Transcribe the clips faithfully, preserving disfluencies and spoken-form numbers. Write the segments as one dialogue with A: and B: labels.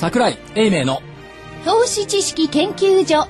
A: 櫻井英明の
B: 投資知識研究所。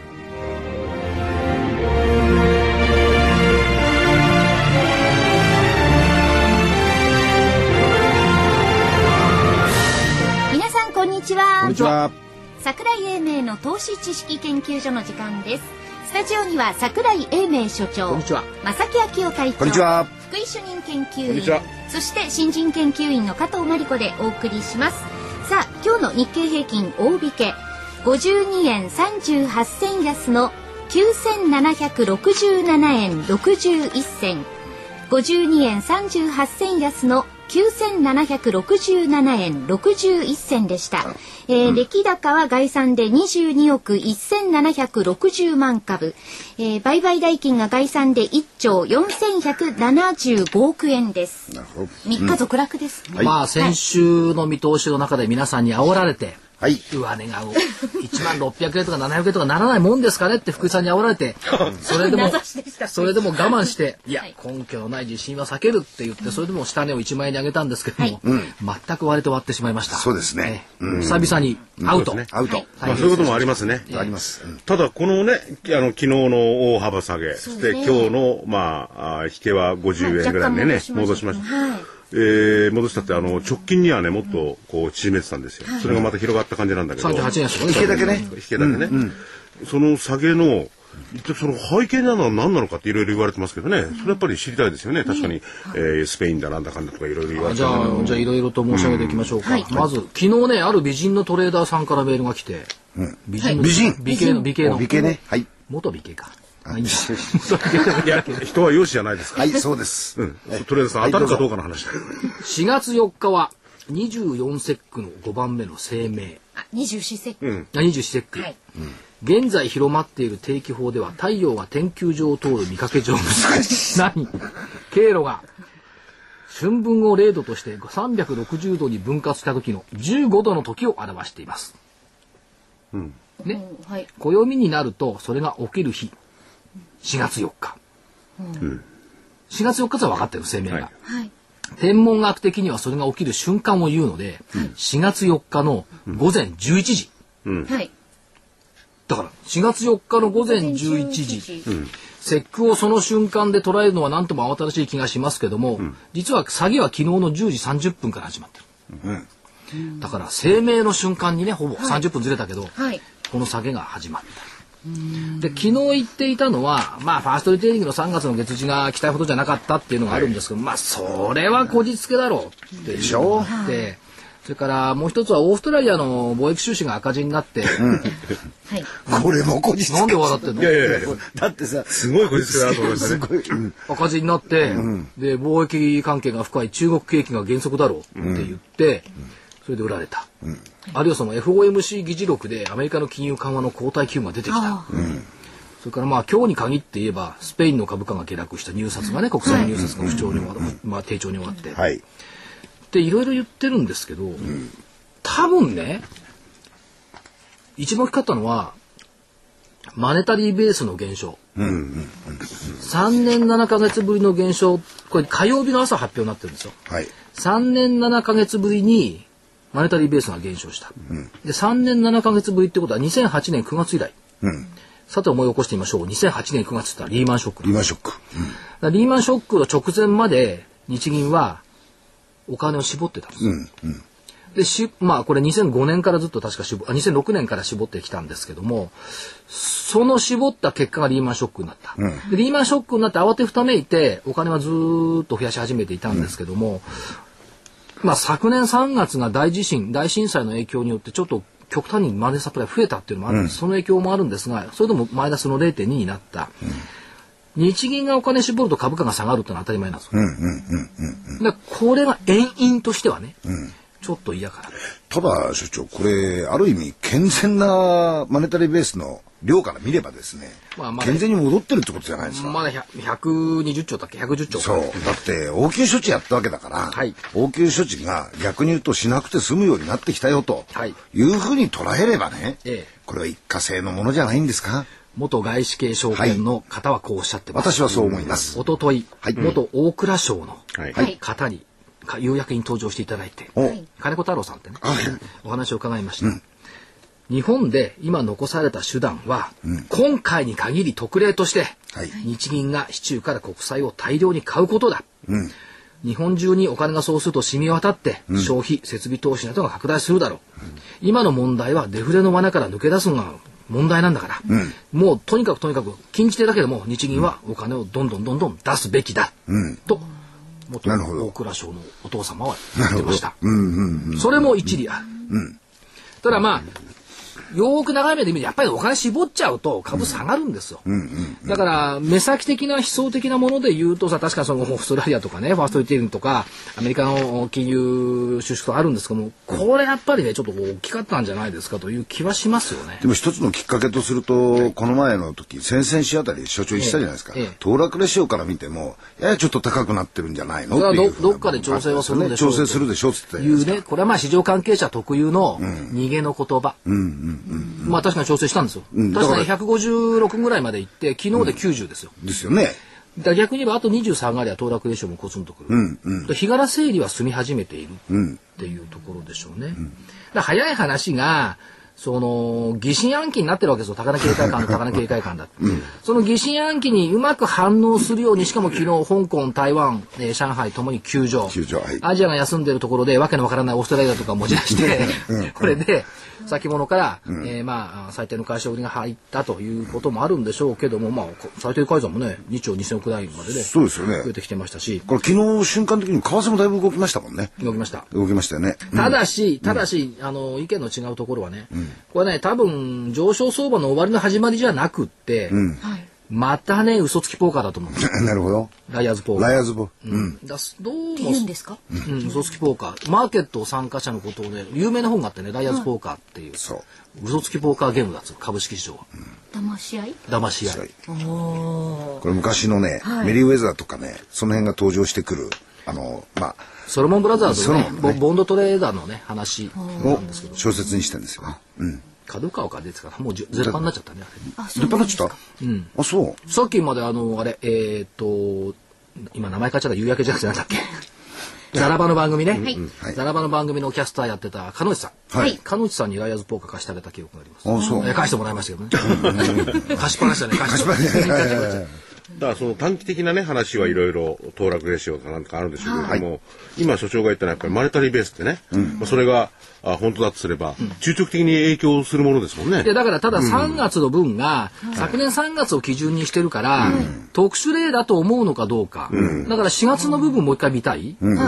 B: 皆さんこんにちは。
C: こんにちは。
B: 櫻井英明の投資知識研究所の時間です。スタジオには櫻井英明所長、
C: こんにちは。
B: 正木昭夫会長、
C: こんにちは。
B: 福井主任研究員、
C: こんにちは。
B: そして新人研究員の加藤真理子でお送りします。さあ、今日の日経平均大引けごじゅうにえんさんじゅうはち銭安のきゅうせんななひゃくろくじゅうななえんろくじゅういっ銭、ごじゅうにえんさんじゅうはち銭安のきゅうせんななひゃくろくじゅうななえんろくじゅういっ銭でした。えーうん、出来高は概算でにじゅうにおくせんななひゃくろくじゅうまんかぶ、えー、売買代金が概算でいっちょうよんせんひゃくななじゅうごおくえんです。なるほど。みっか続落ですね。
A: うん、まあ先週の見通しの中で皆さんに煽られて、はい、上値がいちまんろっぴゃくえんとかななひゃくえんとかならないもんですかねって福井さんに煽られて、それでもそれでも我慢して、いや根拠のない自信は避けるって言って、それでも下値をいちまんえんに上げたんですけども、はい、全く割れて終わってしまいました。
C: そうですね。
A: うん、久々にアウト、うんね、
C: アウト、はい、
D: まあ、そういうこともありますね。
C: えー、あります。うん、
D: ただこのね、あの昨日の大幅下げ、そして今日のまあ引けはごじゅうえんぐらいでね、戻しました。はい、えー、戻したってあの直近にはねもっとこう縮めてたんですよ、はい、それがまた広がった感じなんだけど
A: さんじゅうはちえんですよね。
D: 引けだけね引けだけね、うんうん、その下げのその背景なのは何なのかっていろいろ言われてますけどね、それやっぱり知りたいですよね。確かに、えー、スペインだなんだかんだとかいろいろ言われて
A: じゃあじゃあいろいろと申し上げていきましょうか、うんはい、まず昨日ねある美人のトレーダーさんからメールが来て、うん、美人の、
C: はい、美人
A: 美形の美形の
C: 美形ね、はい、
A: 元美形か
D: いや人は容姿じゃないですか。
C: はいそうです、
D: うん、とりあえず当たるかどうかの話だよ。
A: しがつよっかはにじゅうよん節句のごばんめの声明、
B: あにじゅうよん節句、
A: うん、にじゅうよん節句、はい、うん、現在広まっている定期法では太陽が天球上を通る見かけ上難しい何経路が春分をれいどとしてさんびゃくろくじゅうどに分割した時のじゅうごどの時を表しています、うんね、うん、はい、暦になるとそれが起きる日しがつよっか、うん、しがつよっかは分かってる声明が、はい、天文学的にはそれが起きる瞬間を言うので、うん、しがつよっかのごぜんじゅういちじ、うん、だからしがつよっかのごぜんじゅういちじ、うん、節句をその瞬間で捉えるのは何とも慌ただしい気がしますけども、うん、実は下げは昨日のじゅうじさんじゅっぷんから始まってる、うん、だから声明の瞬間にねほぼさんじゅっぷんずれたけど、はい、この下げが始まった。で昨日言っていたのは、まあ、ファーストリテイリングのさんがつの月次が期待ほどじゃなかったっていうのがあるんですけど、はい、まあそれはこじつけだろうっていうのがあって、それからもう一つはオーストラリアの貿易収支が赤字になって、うんはい、
C: これもこじつけ。
A: なんで笑ってんの？
D: いやいやいや
C: だってさ
D: すごいこじつけだと思いましたね。
A: うん、赤字になって、うん、で貿易関係が深い中国景気が減速だろうって言って、うん、それで売られた。うん、あるいはその エフオーエムシー 議事録でアメリカの金融緩和の後退機運が出てきた、うん、それからまあ今日に限って言えばスペインの株価が下落した入札がね国際入札が不調に終わって、まあ、低調に終わって、はい、でいろいろ言ってるんですけど、うん、多分ね一番大きかったのはマネタリーベースの減少、うんうんうん、さんねんななかげつぶりの減少、これ火曜日の朝発表になってるんですよ、はい、さんねんななかげつぶりにマネタリーベースが減少した、うん、でさんねんななかげつぶりってことはにせんはちねんくがつ以来、うん、さて思い起こしてみましょう。にせんはちねんくがつってリーマンショック
C: リーマンショック、
A: うん、リーマンショックの直前まで日銀はお金を絞ってたんです、うんうん、でしまあこれにせんごねんからずっと確か絞あにせんろくねんから絞ってきたんですけども、その絞った結果がリーマンショックになった、うん、でリーマンショックになって慌てふためいてお金はずっと増やし始めていたんですけども、うんまあ、昨年さんがつが大地震大震災の影響によってちょっと極端にマネーサプライ増えたっていうのもあるんです、うん、その影響もあるんですがそれでもマイナスの れいてんに になった、うん、日銀がお金絞ると株価が下がるってのは当たり前なんですよ、うんうんうんうん、でこれが遠因としてはね、うんちょっと嫌かな。
C: ただ所長これある意味健全なマネタリーベースの量から見ればですね、まあま、健全に戻ってるってことじゃないですか。
A: まだひゃくにじゅっちょうだっけひゃくじゅっちょう
C: そうだって応急処置やったわけだから、はい、応急処置が逆に言うとしなくて済むようになってきたよと、はい、いうふうに捉えればね、ええ、これは一過性のものじゃないんですか。
A: 元外資系証券の方はこうおっしゃってます、
C: はい、私はそう思います。
A: おととい、はい、元大蔵省の方に有役に登場していただいて、はい、金子太郎さんってね、はい、お話を伺いました、うん、 日本で今残された手段は、うん、今回に限り特例として、はい、日銀が市中から国債を大量に買うことだ。うん、日本中にお金がそうすると染み渡って、うん、消費設備投資などが拡大するだろう、うん、今の問題はデフレの罠から抜け出すのが問題なんだから、うん、もうとにかくとにかく禁じ手だけども日銀はお金をどんどんどんどん出すべきだ、うん、と元大蔵省のお父様は言ってました。うんうんうん、それも一理ある。うんうん、ただまあよーく長い目で見てやっぱりお金絞っちゃうと株下がるんですよ、うんうんうんうん、だから目先的な悲壮的なもので言うとさ確かそのオーストラリアとかねファーストリテイリングとかアメリカの金融収縮とあるんですけどもこれやっぱりねちょっと大きかったんじゃないですかという気はしますよね。
C: でも一つのきっかけとすると、はい、この前の時先々週あたり所長言ってたじゃないですか、ええええ、騰落レシオから見てもややちょっと高くなってるんじゃないのっていう
A: ど, どっかで調整はするんでしょう、
C: ね、調整するでしょうって言ってたじゃないですか。
A: いうねこれはまあ市場関係者特有の逃げの言葉、うんうんうんうん、まあ確かに調整したんですよ、うん、確かにひゃくごじゅうろくぐらいまで行って昨日できゅうじゅうですよ、
C: うん、ですよね。
A: だ逆に言えばあとにじゅうさんがりは騰落レシオもコツンとくる、うんうん、日柄整理は済み始めているっていうところでしょうね、うん、だ早い話がその疑心暗鬼になってるわけですよ。高値警戒感の高値警戒感だ、うん、その疑心暗鬼にうまく反応するようにしかも昨日香港台湾、えー、上海ともに休場、
C: 休場、はい、
A: アジアが休んでるところでわけのわからないオーストラリアとか持ち出して、うん、これで先物から、うんえー、まあ最低の会社売りが入ったということもあるんでしょうけども、まあ最低改ざんもねにちょうにせんおく台までね、
C: そうですよね、
A: 増えてきてましたし、
C: これ昨日瞬間的に為替もだいぶ動きましたもんね。
A: 動きました
C: 動きましたよね。
A: ただし、ただし、うん、あの意見の違うところはね、うん、これね多分上昇相場の終わりの始まりじゃなくって、うん、またね嘘つきポーカーだと思うんですよ。
C: なるほど。
A: ライアーズポーカー。
C: ライアーズポーカー。
A: うん。だどうも
B: って言うんですか？
A: うん、嘘つきポーカー。マーケット参加者のことをね有名な本があってねライアーズポーカーっていう。そう。嘘つきポーカーゲームだっつう株式市場は。
B: 騙し合い？
A: 騙し合い。
C: これ昔のね、はい、メリーウェザーとかねその辺が登場してくるあのまあ
A: ソロモンブラザーズのね、ねボンドトレーダーのね話なんですけど。
C: 小説にしてるんですよね。うん。
A: 角川から出てからもう絶版になっちゃったね。
C: 絶版になっちゃった。うん。あそう。
A: さっきまであのあれえっと今名前変えちゃった夕焼けじゃなくてなんだっけ。ザラバの番組ね。はい。ザラバの番組のキャスターやってた鹿野内さん。はい。鹿野内さんにライアーズポーカー貸してあげた記憶があります。
C: あそう。
A: え貸してもらいましたけどね。貸しっぱなしだね。貸しっぱなし。
D: だからその短期的なね話はいろいろ騰落レシオとかなんかあるんでしょうけども、はい、今所長が言ったのはやっぱりマネタリーベースってね、うんまあ、それがあ本当だとすれば、うん、中長期的に影響するものですもんね。
A: でだからたださんがつの分が、うん、昨年さんがつを基準にしてるから、うん、特殊例だと思うのかどうか、うん、だからしがつの部分もう一回見たい、うん、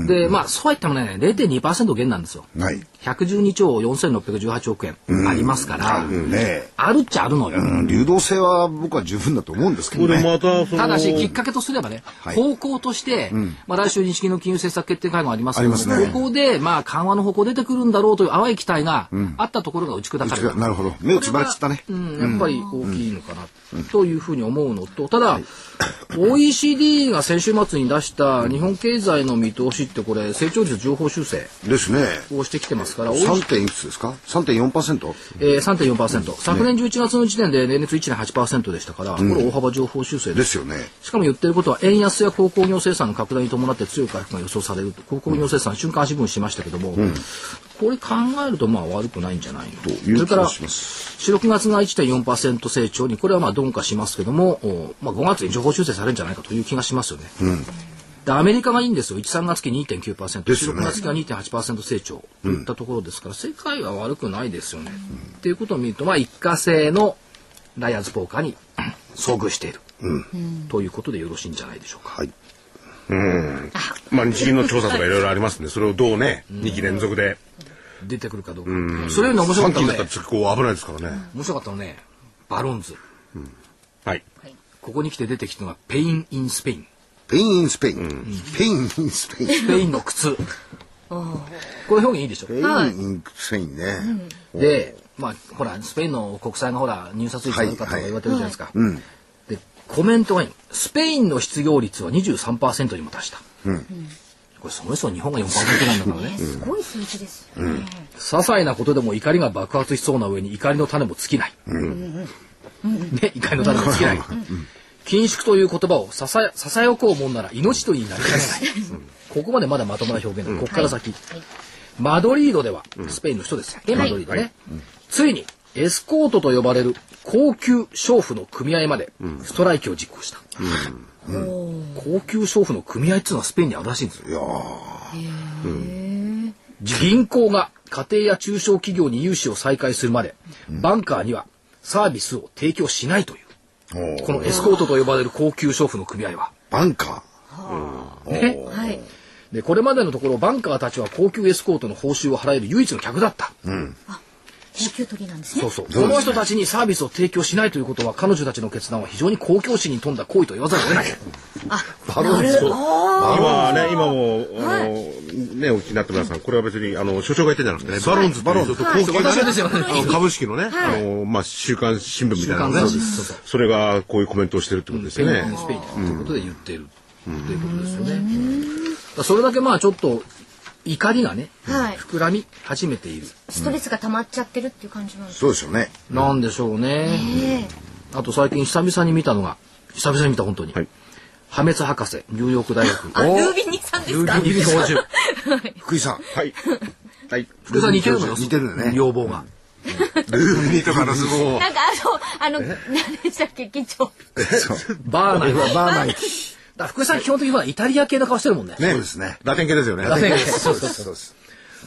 A: でまあそうは言ってもね れいてんにパーセント 減なんですよ、はい、ひゃくじゅうにちょうよんせんろっぴゃくじゅうはちおくえんありますから、うんね、あるっちゃあるのよ、うん、
C: 流動性は僕は十分だと思うんですけどね。
D: また
A: ただしきっかけとすればね、はい、方向として、うんまあ、来週日銀の金融政策決定会合がありますけども、ね、ここで、まあ、緩和の方向出てくるんだろうという淡い期待があったところが打ち砕かれた、
C: うん、なるほど目をつばれちゃったね、
A: うん、やっぱり大きいのかな、うん、というふうに思うのとただ、はい、オーイーシーディー が先週末に出した日本経済の見通しってこれ成長率上方修正
C: ですね
A: をしてきてますから
C: さんてんいくつですか さんてんよんパーセント、
A: えー、さんてんよんパーセント、昨年じゅういちがつの時点で年率 いってんはちパーセント でしたから、うん、これ大幅上方修正です、
C: ですよね。
A: しかも言ってることは円安や鉱工業生産の拡大に伴って強い回復が予想されると鉱工業生産、うん、瞬間足分しましたけども、うん、これ考えるとまあ悪くないんじゃないのという気がします。それからしろくがつが いってんよんパーセント 成長にこれはまあ鈍化しますけども、まあ、ごがつに上方修正されるんじゃないかという気がしますよね、うん、でアメリカがいいんですよ。いち、さんがつ期 にてんきゅうパーセント、しろくがつ期が にてんはちパーセント 成長といったところですから、うん、世界は悪くないですよね、うん、っていうことを見るとまあ一過性のライアーズポーカーに遭遇している、うん、ということでよろしいんじゃないでしょうか。はい。
D: うんまあ日銀の調査とかいろいろありますんでそれをどうね、うん、にき連続で
A: 出てくるかどうか、うん、それより面白かったのね、
D: さんきだったらこう危ないですからね、
A: 面白かったのねバロンズ、
D: うん、はい、
A: ここに来て出てきたのがペイン・イン・スペイン。
C: ペイン・イン・スペイン、うん、ペイン・イン・スペイン、
A: スペインの靴これ表現いいでしょ。
C: ペイン・イン・スペインね、
A: うん、でまあほらスペインの国債がほら入札率が悪かったとか言われてるじゃないですか、はいはい、でコメントがいい。スペインの失業率は にじゅうさんパーセント にも達した、うん、これそもそも日本が よんパーセント なんだからね、
B: すごい数字ですよね、うん、些
A: 細なことでも怒りが爆発しそうな上に怒りの種も尽きない、うんね、怒りの種も尽きない、うん、緊縮という言葉をささささよこうもんなら命取りになりかねない、うん、ここまでまだまともな表現だ、うん、ここから先、はいはい、マドリードではスペインの人ですよ、うん、マドリードね、はい、 ついにエスコートと呼ばれる高級娼婦の組合までストライキを実行した、うんうん、高級娼婦の組合っていうのはスペインにあるらしいんですよ。いやー、うん、銀行が家庭や中小企業に融資を再開するまで、うん、バンカーにはサービスを提供しないという、このエスコートと呼ばれる高級娼婦の組合は
C: バンカ
A: ー、ね、はい、でこれまでのところバンカーたちは高級エスコートの報酬を払える唯一の客だった、うん、
B: 高級取りなんですね。
A: そうそう。この人たちにサービスを提供しないということは彼女たちの決断は非常に公共心に富んだ行為と言わざるを得ない。
B: あ、なるほど。
D: 今ね、今も、あの、ね、お聞きになって皆さん、これは別に、あの、所長が言ってんじゃなくてね、バロンズ、バロンズと高級なね、株式のね、あの、まあ、週刊新聞みたいなね、それがこういうコメントをしてるってことですよね。
A: スペインということで言っているっていうことですよね。それだけまあちょっと、怒りがね、はい、膨らみ始めている。
B: ストレスが溜まっちゃってるっていう感じなんですか。
C: そうですよね。
A: なんでしょうね。あと最近久々に見たのが、久々に見た本当に。はい、破滅博士、ニューヨーク大学。
B: あ、ルービニさんですか。
A: ルービニ教授。
C: 福井さん。
D: はい。
A: はい。福井さん似てるのよ。
C: 似てるね。
A: 要望が。
C: ルービニとかの相撲。
B: なんかあの、あの、何でしたっけ、議長。
A: バーナイ。
C: バーナイ。
A: 福井さん基本的にはイタリア系の顔してるもんね。
C: そうですね。
D: ラテン系ですよね。
A: ラテン系。そうそうそう。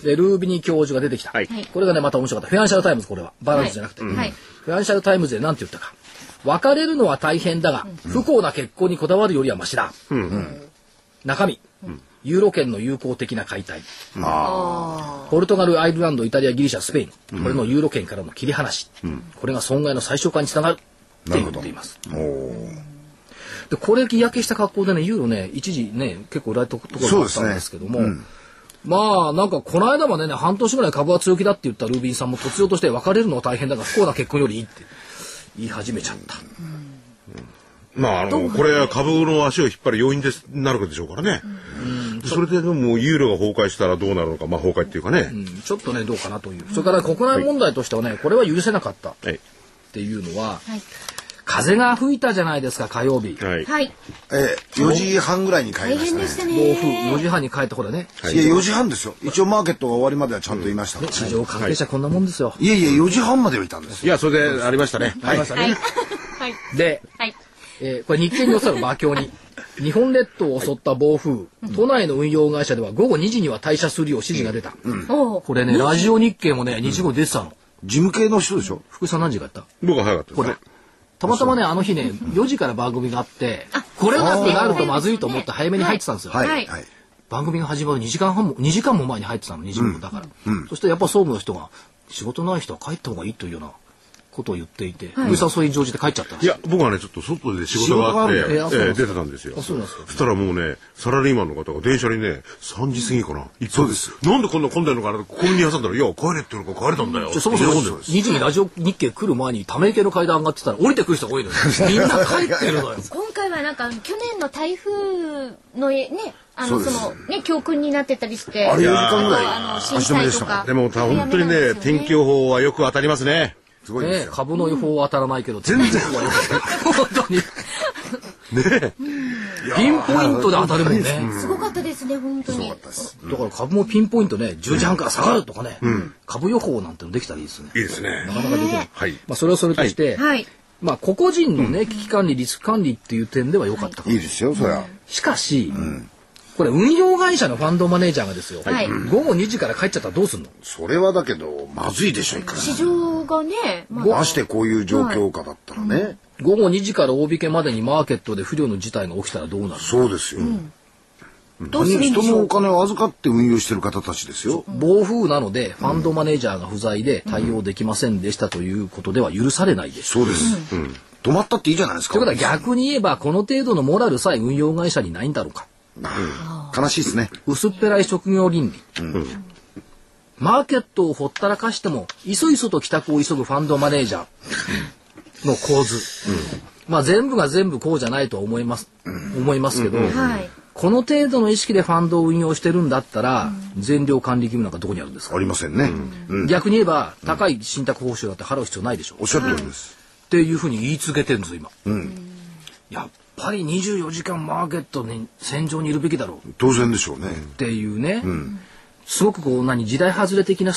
A: で、ルービニ教授が出てきた。はい、これがね、また面白かった。フィナンシャルタイムズ、これは。バランスじゃなくて。はい、フィナンシャルタイムズで何て言ったか。別れるのは大変だが、うん、不幸な結婚にこだわるよりはマシだ。うん、中身、うん、ユーロ圏の友好的な解体。あポルトガル、アイルランド、イタリア、ギリシャ、スペイン。これのユーロ圏からの切り離し。うん、これが損害の最小化につながる。って言っています。でこれ嫌気した格好でねユーロね一時ね結構売られたところがあったんですけども、ねうん、まあなんかこの間までね半年ぐらい株は強気だって言ったルービンさんも突如として別れるのは大変だが不幸な結婚よりいいって言い始めちゃった、
D: うん、まああのこれは株の足を引っ張る要因ですなるでしょうからね、うん、それででもユーロが崩壊したらどうなるのかまあ崩壊っていうかね、うん、
A: ちょっとねどうかなというそれから国内問題としてはねこれは許せなかったっていうのは、はい風が吹いたじゃないですか火曜日。
B: はい。
C: えー、よじはんぐらいに帰りましたね。
B: 大変でしたね。
A: 暴風よじはんに帰ってほらね。
C: いやよじはんですよ。一応マーケットが終わりまではちゃんと言いました。
A: うんね、市場関係者こんなもんですよ。
C: いやいやよじはんまではいたんです
D: よ。いやそれでありましたね。
A: ありましたね。はい。で、はいえー、これ日経に載せた馬鏡に日本列島を襲った暴風、はい、都内の運用会社ではごごにじには退社するよう指示が出た。うんうん、これねラジオ日経もねにじご出てたの。
C: 事務系の人でしょ。
A: 福井さん何時かやった？
D: 僕は早かったですね。
A: たまたまねあの日ねよじから番組があってこれがなるとまずいと思って早めに入ってたんですよ、はいはい、番組が始まるにじかんはんもにじかんも前に入ってたのにじごだから、うんうん、そしてやっぱ総務の人が仕事ない人は帰った方がいいというようなことを言っていて、はい、さんそういう乗じて帰っちゃったんです
D: よ。いや僕はねちょっと外で仕事があって、えー、出てたんですよ。そしたらもうねサラリーマンの方が電車にねさんじ過ぎかな、うん、そうです。なんでこんな混んでるのかなここに挟んだらいや帰れって言うのか帰れたんだよ。
A: そもそもにじにラジオ日経来る前にため池の階段上がってたら降りてくる人が多いのよ。みんな帰ってるのよ。
B: 今回はなんか去年の台風のねあのそのね教訓になってたりして
C: あれよじかんぐらいあの
B: 震災とか
D: でも本当にね天気予報はよく当たりますね。
A: すごいですよ、ね、株の予報は当たらないけど、うん、全然本当にねピンポイントで当たるもんね、
B: うん、すごかったですね本当に。だ
A: から株もピンポイントねじゅうじはんから下がるとかね、うん、株予報なんてのできたらいいですね。
D: いいですね。
A: なかなかできない、はい、まあそれはそれとして、はい、まあ個々人のね危機管理リスク管理っていう点では良かったかも、
C: はい、いいですよそりゃ。
A: しかし、うんこれ運用会社のファンドマネージャーがですよ、はい、ごごにじから帰っちゃったらどうすんの？
C: それはだけどまずいでしょいくら
B: 市場がね、
C: まあ、ましてこういう状況下だったらね、はい、
A: ごごにじから大引けまでにマーケットで不良の事態が起きたらどうなるの？
C: そうですよ、うんうん、どうするんでしょう？人のお金を預かって運用してる方たちですよ。
A: 暴風なのでファンドマネージャーが不在で対応できませんでしたということでは許されないです。
C: そうです、うんうん、止まったっていいじゃないですか。
A: ということは逆に言えばこの程度のモラルさえ運用会社にないんだろうか。
C: うん、悲しいですね。
A: 薄っぺらい職業倫理、うん、マーケットをほったらかしてもいそいそと帰宅を急ぐファンドマネージャーの構図、うん、まあ全部が全部こうじゃないとは思います、うん、思いますけど、うんうん、この程度の意識でファンドを運用してるんだったら、うん、全量管理義務なんかどこにあるんですか？
C: ありませんね、
A: うん、逆に言えば高い信託報酬だって払う必要ないでしょ。
C: おっしゃる通りです、
A: っていうふうに言い続けてるんです今、うん、やっやっぱりにじゅうよじかんマーケットに戦場にいるべきだろう
C: 当然でしょうね
A: っていうね、うん、すごくこう何時代外れ的なストイッ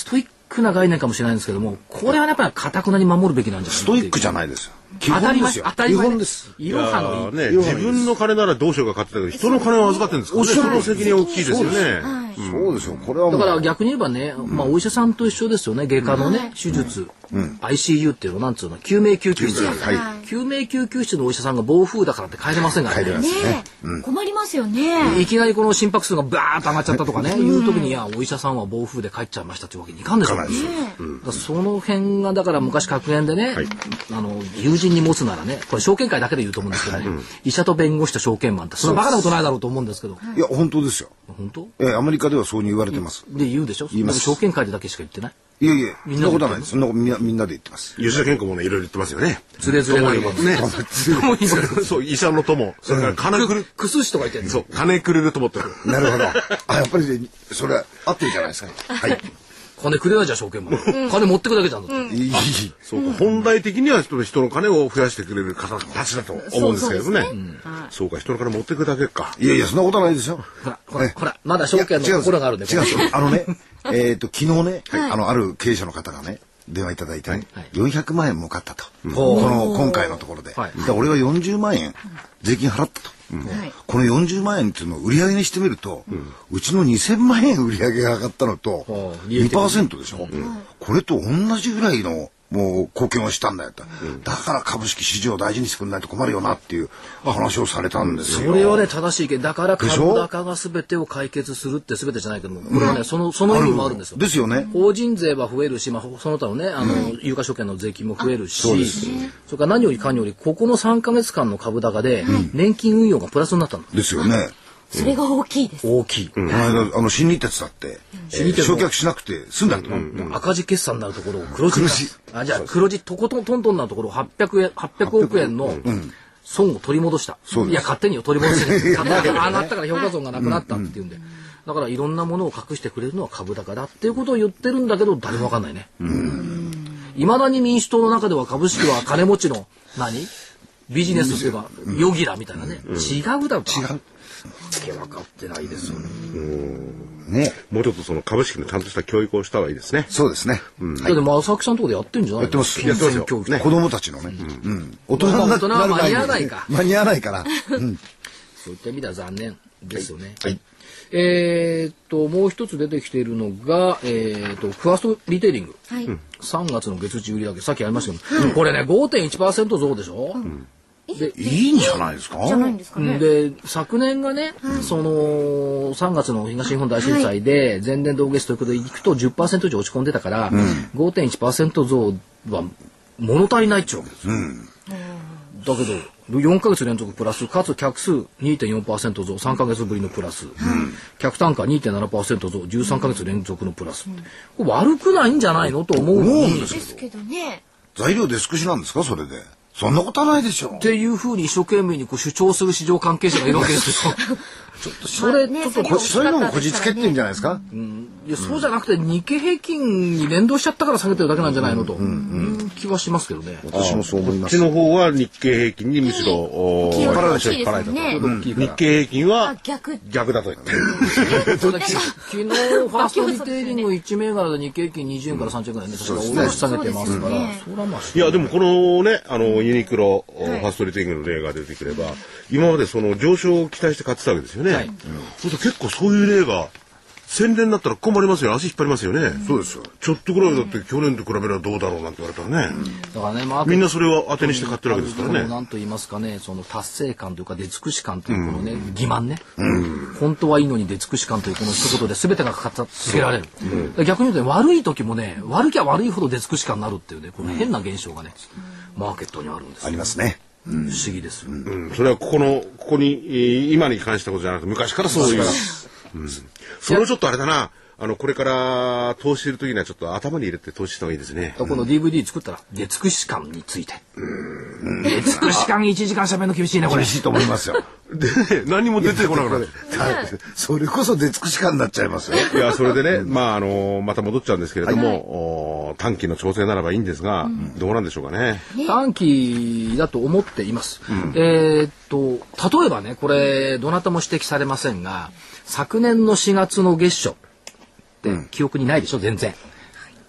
A: クな概念かもしれないんですけども、これはやっぱり堅くなに守るべきなんじゃない
C: ストイックじゃないですよ。
A: 基本ですよ。当たり前
C: 基本です。
A: いろはの
D: ね、自分の金ならどうしようか買ってたけど、人の金を預かってるんですからね。その責任大きいですよね。
C: そうですよ。これは
A: だから逆に言えばね、まあお医者さんと一緒ですよね。外科のね、手術、アイシーユー っていうのなんつうの、救命救急室。救命救急室のお医者さんが暴風だからって帰れませんからね。
C: 帰れますね。
B: 困りますよね。
A: いきなりこの心拍数がバーッと上がっちゃったとかね、いう時にいやお医者さんは暴風で帰っちゃいましたっていうわけにいかんでしょうね。その辺がだから昔格言でね、あの友人に持つならね、これ証券会だけで言うと思うんですけどね、医者と弁護士と証券マンってそんなバカなことないだろうと思うんですけど。
C: いや本当ですよ。
A: 本当？
C: えアメリカではそうに言われてます。
A: で言うでしょ。言います。証券会でだけしか言ってない。
C: いやいや、そんなことはないです。そんなみんなみんなで言ってます。
D: 吉田健康もねいろいろ言ってますよね。
A: ズレズレがいますね。
D: そう医者の友、それから金くる
A: くすしとか言ってる。
D: そう金くれると思ってる。
C: なるほど。あやっぱりそれ合ってるじゃないですか。はい。
A: 金くれないじゃん証券マン。金持ってくだけじゃん。い
C: い。
D: そうか本来的には人の人の金を増やしてくれる方たちだと思うんですけどね。そうか人の金持ってくだけか。
C: いやいやそんなことはないですよ。
A: ほらほらほらまだ証券の心があるんで。
C: 違うんですよ。あのねえっと昨日ねあのある経営者の方がね電話いただいてねよんひゃくまんえん儲かったと。この今回のところで。で俺はよんじゅうまんえん税金払ったと。このよんじゅうまんえんっていうのを売り上げにしてみると、うちのにせんまんえん売り上げが上がったのと にパーセント でしょ。これと同じぐらいのもう貢献をしたんだよと、うん、だから株式市場を大事にしてくれないと困るよなっていう話をされたんですよ。
A: それはね正しい意見だから株高が全てを解決するって全てじゃないけどもこれはね、うん、そのその意味もあるんですよ。
C: ですよね。
A: 法人税は増えるし、まあ、その他のねあの、うん、有価証券の税金も増えるし、そうです、それから何よりかによりここのさんかげつかんの株高で、うん、年金運用がプラスになったん
C: ですよね。
B: それが大きいです。
A: 大きい。
C: この間あの新日鉄だって焼却しなくて済んだと。
A: 赤字決算になるところを黒字。あじゃあ黒字とことんトントンなところはっぴゃくえんはっぴゃくおくえんの損を取り戻した。いや勝手に取り戻してる。ああなったから評価損がなくなったっていうんで。だからいろんなものを隠してくれるのは株高だっていうことを言ってるんだけど誰もわかんないね。いまだに民主党の中では株式は金持ちの何ビジネスというか余儀だみたいなね。違うだろう。
C: 違う。
A: 分かってないですよね。
C: ね、
D: もうちょっとその株式のちゃんとした教育をした方がいいですね。
C: そうですね。
A: だって正木さんのところでやってんじゃない？
C: やってます。
A: やってますよ。子
C: 供たちのね。
A: 大人は間に合わないか。
C: 間に合わないから。
A: そういった意味では残念ですよね。はい。えっともう一つ出てきているのがえっとファーストリテイリング。さんがつの月次売上さっきありましたけど、これね ごてんいちパーセント 増でしょ。
C: でいいんじゃないですか。
B: じゃないんですかね。
A: で昨年がね、はい、そのさんがつの東日本大震災で前年同月ということでいくと じゅっパーセント 以上落ち込んでたから、うん、ごてんいちパーセント 増は物足りないっちゅうわけですよ。うん、だけどよんかげつ連続プラスかつ客数 にてんよんパーセント 増さんかげつぶりのプラス、うん、客単価 にてんななパーセント 増じゅうさんかげつ連続のプラス、うん、これ悪くないんじゃないのと思うん
B: ですけどね。
C: 材料出尽くしなんですかそれで。そんなことはないでしょう。
A: っていうふうに一生懸命にこう主張する市場関係者がいるわけですよ。ちょっとそれ、
C: ちょっとこそういうのもこじつけってんじゃないですか。
A: うん、いやそうじゃなくて日経平均に連動しちゃったから下げてるだけなんじゃないのという気はしますけどね。
C: 私もそう思います。
D: こっちの方は日経平均にむしろ
B: 気が大きいですね。
D: 日経平均は
B: 逆
D: 逆だと言って。
A: 昨日ファーストリテイリングいち銘柄で日経平均にじゅうえんからさんじゅうえんぐらいね、確か押し下げてますから。
D: いやでもこのねあのユニクロファーストリテイリングの例が出てくれば、今までその上昇を期待して買ってたわけですよね。はい、結構そういう例が宣伝になったら困りますよ。足引っ張りますよね。
C: そうですよ。
D: ちょっとぐらいだって去年と比べればどうだろうなんて言われたらね。
A: だからね、まあ、
D: みんなそれを当てにして買ってるわけですからね。
A: なんと言いますかね、その達成感というか出尽くし感というこのね、うん、欺瞞ね、うん。本当はいいのに出尽くし感というこの一言で全てが片付けられる。うん、逆に言うと、ね、悪い時もね、悪きゃ悪いほど出尽くし感になるっていうね、この変な現象がね、うん、マーケットにあるんですよ。
C: ありますね。
A: 不思議ですよ、
D: うんうん、それはここのここに、えー、今に関したことじゃなくて昔からそういう、うん、それをちょっとあれだなあのこれから投資するときにはちょっと頭に入れて投資した方がいいですね。
A: この ディーブイディー 作ったら出尽くし感について出尽くし感いちじかんしゃべるの厳しいね。これ
C: 厳しいと思いますよ。
D: で、ね、何も出てこなくなる。
C: それこそ出尽くし感になっちゃいますよ。
D: いやそれでね、まああのまた戻っちゃうんですけれども、はい、短期の調整ならばいいんですが、うん、どうなんでしょうかね。
A: 短期だと思っています。うん、えー、っと例えばねこれどなたも指摘されませんが昨年のしがつの月初って記憶にないでしょ全然。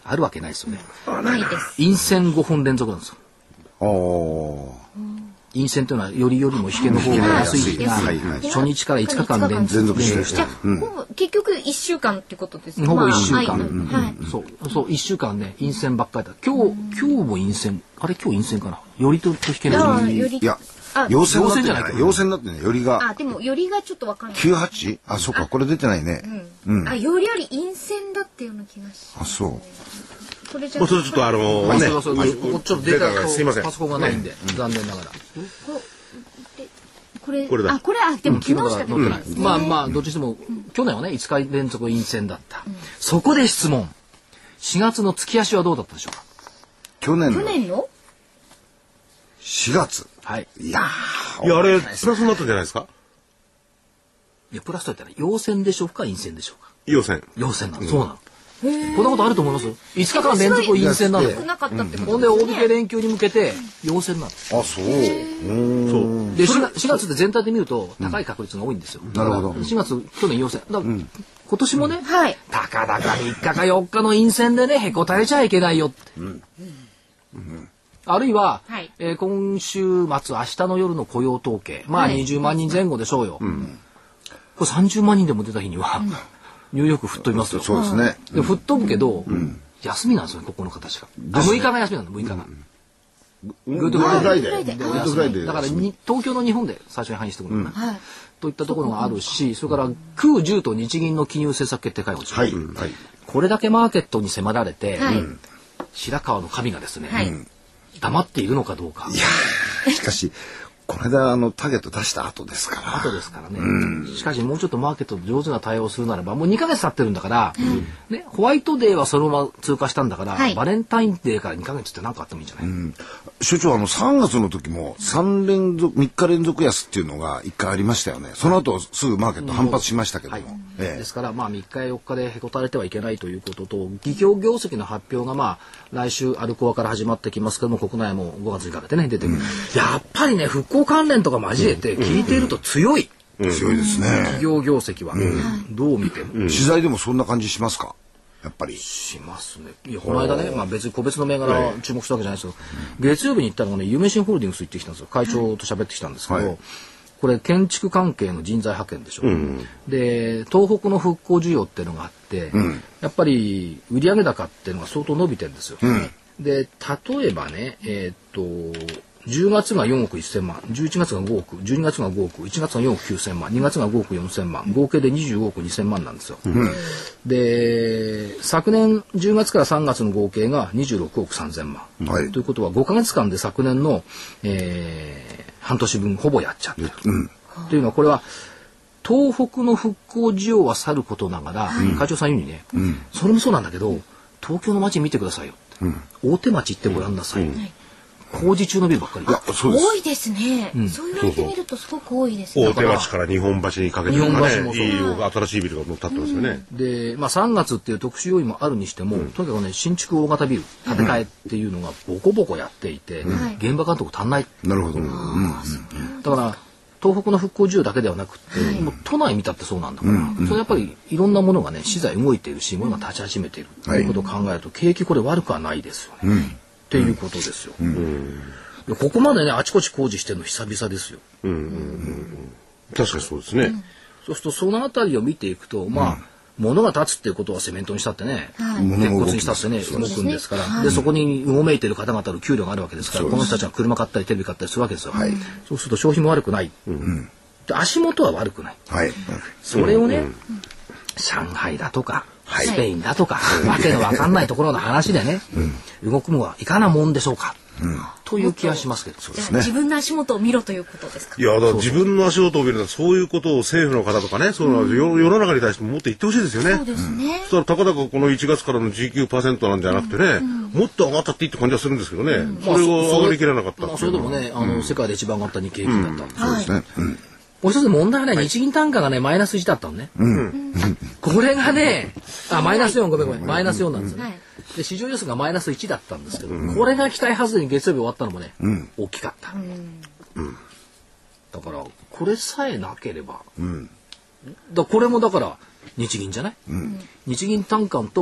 A: あるわけないですよね。
B: ないです。
A: 陰線ごほん連続なんですよ。
C: お
A: 陰線というのはよりよりも引けの方が安い日が初日からいつかかん連続して
B: じゃあ、うん、結局いっしゅうかんってことですね。
A: ほぼいっしゅうかん、
B: まあはい、
A: そうそういっしゅうかんね陰線ばっかりだ。今日今日も陰線、あれ今日陰線かな、よりと引けの
C: いや陽線になってない、陽線になってね、よりが
B: あでもよりがちょっとわかんない。
C: きゅうはち、あそうか、これ出てないね。
B: うんうん、あよりより陰線だったような気がします、ね。
C: あそう。
D: これじゃあちょっとあのね、
A: ここちょっとデータが
D: すいません、
A: パソコンがないんで残念ながら。
B: これ
D: これだ。
B: あこれあでも昨日しか
A: 載ってない。まあまあどっちでも去年はねいつか連続陰線だった。そこで質問。しがつの月足はどうだったでしょうか。
C: 去年の
B: 去年の
C: しがつ。
A: はい。
C: いや
D: いやあれプラスになったんじゃないですか。
A: いやプラスと言ったら陽線でしょうか陰線でしょうか。
D: 陽線。
A: 陽線なの。そうなの。こんなことあると思います。いつかかん連続陰線なんで。ほんで大引け連休に向けて陽線なんです。
C: あそう。
A: そうでしがつで全体で見ると高い確率が多いんですよ。
C: なるほど。
A: しがつ去年陽線。だから今年もね、たかだかみっかかよっかの陰線でねへこたれちゃいけないよって。あるいは今週末明日の夜の雇用統計、まあにじゅうまんにんぜん後でしょうよ。これさんじゅうまんにんでも出た日には。ニューヨーク吹っ飛びますよ。
C: そうですね。
A: で吹っ飛ぶけど、休みなんですよね、ここの形が。むいかが休みなんだ、むいかが。
C: グッドフライデー。グッドフライデー。
A: だからに東京の日本で最初に反映してくるのかな。といったところがあるし、それからく、じゅうと日銀の金融政策決定会合ですよ。これだけマーケットに迫られて、白川の神がですね、黙っているのかどうか。
C: いやしかし、これであのターゲット出した後ですから。
A: 後ですからね。しかしもうちょっとマーケットで上手な対応をするならばもうにかげつ経ってるんだから、ね、ホワイトデーはそのまま通過したんだから、バレンタインデーからにかげつって何かあってもいいんじゃない？
C: 所長あのさんがつの時もさんれんぞくみっか連続安っていうのがいっかいありましたよね。その後すぐマーケット反発しましたけども。
A: ですからまあみっかよっかでへこたれてはいけないということと、企業業績の発表がまあ来週アルコアから始まってきますけども、国内もごがつにかけてね出てくる。やっぱりね復興関連とか交えて聞いていると強い。
C: 強いですね。
A: 企業業績はどう見ても。
C: 取材でもそんな感じしますか。やっぱり
A: しますね。いやこの間ね、まあ別に個別の銘柄注目したわけじゃないですけど、月曜日に行ったのがね、夢新ホールディングス行ってきたんですよ。会長と喋ってきたんですけど、これ建築関係の人材派遣でしょ。で、東北の復興需要っていうのがあって、やっぱり売上高っていうのが相当伸びてるんですよ。で、例えばね、えっとじゅうがつがよんおくせんまん、じゅういちがつがごおく、じゅうにがつがごおく、いちがつがよんおくきゅうせんまん、にがつがごおくよんせんまん、合計でにじゅうごおくにせんまんなんですよ。うん、で、昨年じゅうがつからさんがつの合計がにじゅうろくおくさんぜんまん、はい、ということはごかげつかんで昨年の、えー、半年分ほぼやっちゃってる、うん、というのはこれは東北の復興需要はさることながら、うん、会長さん言うにね、うん、それもそうなんだけど東京の街見てくださいよって、うん、大手町行ってごらんなさい、うん、工事中のビルばっかり。
B: 多いですね、うん、そう言われてみるとすごく多いですね。
D: 大手町から日本橋にかけて、ね、
A: 日本橋もそう、
D: いい新しいビルが建ってますよね、
A: うん、で、まあ、さんがつっていう特殊要因もあるにしても、うん、とにかくね新築大型ビル建て替えっていうのがボコボコやっていて、うん、現場監督足んない、
C: なるほど、うん、
A: だから東北の復興需要だけではなくて、はい、もう都内見たってそうなんだから、うんうん、それやっぱりいろんなものがね資材動いているし物が立ち始めているということを考えると、はい、景気これ悪くはないですよね、うん、っていうことですよ、うんうん、ここまでねあちこち工事してるの久々ですよ、うんうんうん、
D: 確かにそうですね、うん、
A: そうするとそのあたりを見ていくとまあ、うん物が立つっていうことはセメントにしたってね、はい、鉄骨にしたってね動くんですから、はい、でそこにうごめいている方々の給料があるわけですから、この人たちが車買ったりテレビ買ったりするわけですよ、はい、そうすると消費も悪くない、うん、で足元は悪くない、はい、それをね、うん、上海だとか、はい、スペインだとか、はい、わけのわかんないところの話でね、うん、動くのはいかなもんでしょうか、うん、という気がしますけど、
B: そうですね、自分の足元を見ろということですか。
D: いやだから自分の足元を見るのはそういうことを政府の方とかね、そういうの、うん、世の中に対してももっと言ってほしいですよね。
B: そうですね。
D: そしたらたかだかこのいちがつからの ジーキューパーセント なんじゃなくてね、うん、もっと上がったっていいって感じはするんですけどね、うん、それを上がりきれなかったっていうのは、まあ、それでもね
A: あの、うん、世界で一番上がった日経平均だった、うん、
C: そうですね、うん、
A: もう一つ問題はね、日銀単価がねマイナスいちだったのね、うん、これがねあマイナスよんごめんごめんマイナスよんなんですよね、はい、で市場予想がマイナスいちだったんですけど、うん、これが期待外れに月曜日終わったのもね、うん、大きかった、うんうん、だからこれさえなければ、うん、だこれもだから日銀じゃない、うん、日銀単価と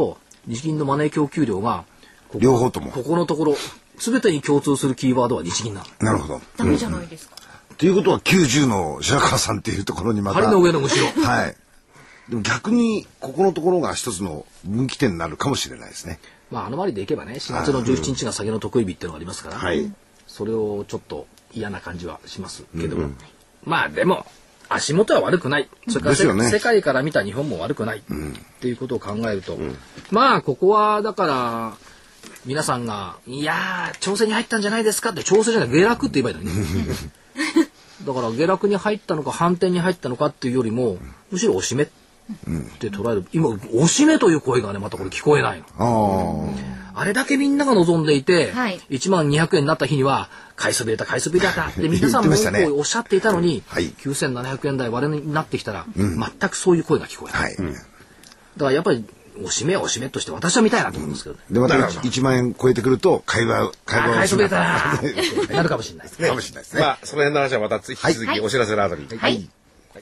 A: 日銀のマネー供給量がここ
C: 両方とも
A: ここのところ全てに共通するキーワードは日銀なの。
C: なるほど。
B: ダメじゃないですか。
C: ということはきゅうじゅうの白川さんっていうところにまた
A: 針の上のむしろ。
C: はい。でも逆にここのところが一つの分岐点になるかもしれないですね。
A: まああの周りでいけばね、しがつのじゅうしちにちが酒の得意日っていうのがありますから、
C: はい、
A: それをちょっと嫌な感じはしますけども、うんうん、まあでも足元は悪くない。それから、ね、世界から見た日本も悪くない、うん、っていうことを考えると、うん、まあここはだから皆さんがいやー調整に入ったんじゃないですかって、調整じゃない下落って言えばいいのにだから下落に入ったのか反転に入ったのかっていうよりもむしろ押し目って捉える、今押し目という声がねまたこれ聞こえないの。あ, あれだけみんなが望んでいて、はい、いちまんにひゃくえんになった日には買いそびれた買いそびれたって皆さんもおっしゃっていたのに、はい、きゅうせんななひゃくえん台割れになってきたら、うん、全くそういう声が聞こえない、はい、うん、だからやっぱり押し目は押し目として私は見たいなと思うんですけどね、
C: うん、でまたいちまんえん超えてくると買いは買いは
A: 買いそびれたななるかもしれないですね。
D: かもしれないですね。まあその辺の話はまた引き続きお知らせの後に。はい、はいはい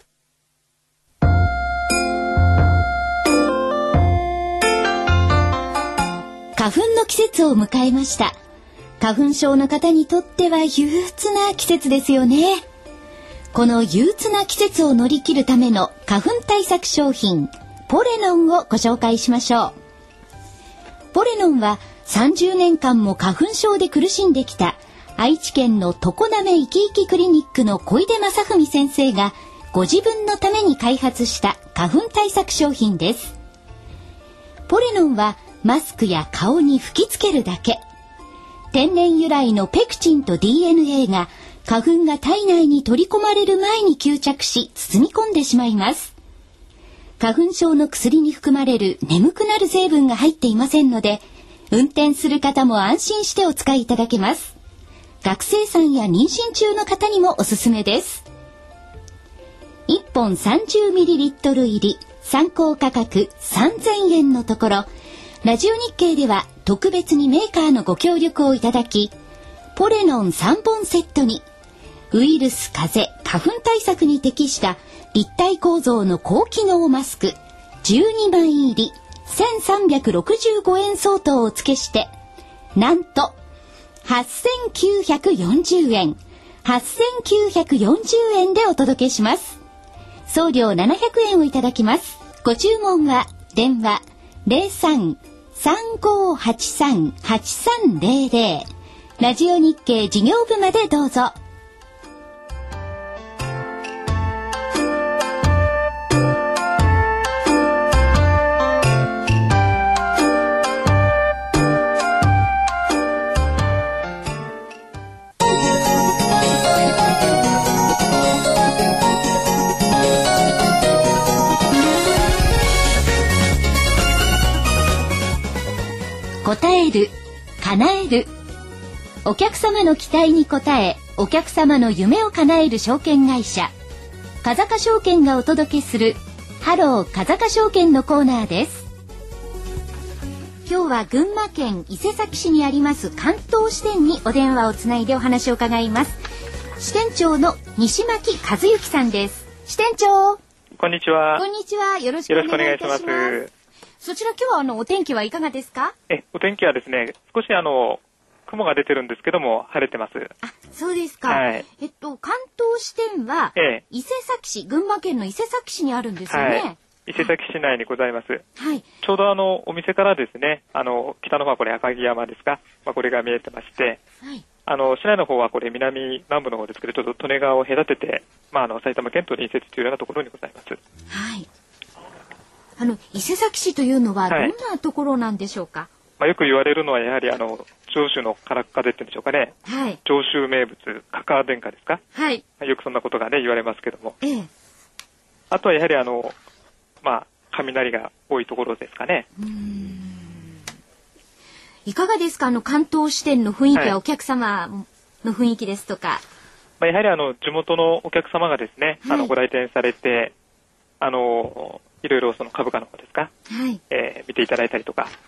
B: 花粉の季節を迎えました。花粉症の方にとっては憂鬱な季節ですよね。この憂鬱な季節を乗り切るための花粉対策商品ポレノンをご紹介しましょう。ポレノンはさんじゅうねんかんも花粉症で苦しんできた愛知県の常滑いきいきクリニックの小出正文先生がご自分のために開発した花粉対策商品です。ポレノンはマスクや顔に吹きつけるだけ。天然由来のペクチンと ディーエヌエー が花粉が体内に取り込まれる前に吸着し包み込んでしまいます。花粉症の薬に含まれる眠くなる成分が入っていませんので、運転する方も安心してお使いいただけます。学生さんや妊娠中の方にもおすすめです。いっぽん さんじゅうミリリットル 入り参考価格さんぜんえんのところ、ラジオ日経では特別にメーカーのご協力をいただき、ポレノンさんぼんセットにウイルス、風邪、花粉対策に適した立体構造の高機能マスクじゅうにまい入りせんさんびゃくろくじゅうごえん相当をお付けして、なんとはっせんきゅうひゃくよんじゅうえんはっせんきゅうひゃくよんじゅうえんでお届けします。送料ななひゃくえんをいただきます。ご注文は電話 ゼロさん さんごはちさん はちさんゼロゼロ ラジオ日経事業部までどうぞ。答える、叶える。お客様の期待に応え、お客様の夢を叶える証券会社風賀証券がお届けするハロー風賀証券のコーナーです。今日は群馬県伊勢崎市にあります関東支店にお電話をつないでお話を伺います。支店長の西巻和幸さんです。支店長、
E: こんにちは。
B: こんにちは。よろしくお願いいたします。そちら今日はあのお天気はいかがですか？
E: え、お天気はですね、少しあの雲が出てるんですけども晴れてます。
B: あ、そうですか。
E: はい。
B: えっと関東支店は、ええ、伊勢崎市、群馬県の伊勢崎市にあるんですよね。はい、
E: 伊勢崎市内にございます。
B: はい。
E: ちょうどあのお店からですね、あの北の方はこれ赤城山ですか、まあこれが見えてまして、はい。あの市内の方はこれ南南部の方ですけど、ちょっと利根川を隔てて、まああの埼玉県と隣接というようなところにございます。
B: はい。あの伊勢崎市というのはどんなところなんでしょうか？はい、
E: まあ、よく言われるのはやはりあの上州のからっ風っていうんでしょうかね。はい。上州名物かか殿下ですか。はい。よくそんなことがね言われますけども。ええ。あとはやはりあのまあ雷が多いところですかね。うーん。
B: いかがですか、あの関東支店の雰囲気やお客様の雰囲気ですとか。はい、
E: まあ、やはりあの地元のお客様がですね、はい、あのご来店されてあのいろいろその株価の方ですか、はい、えー、見ていただいたりとか、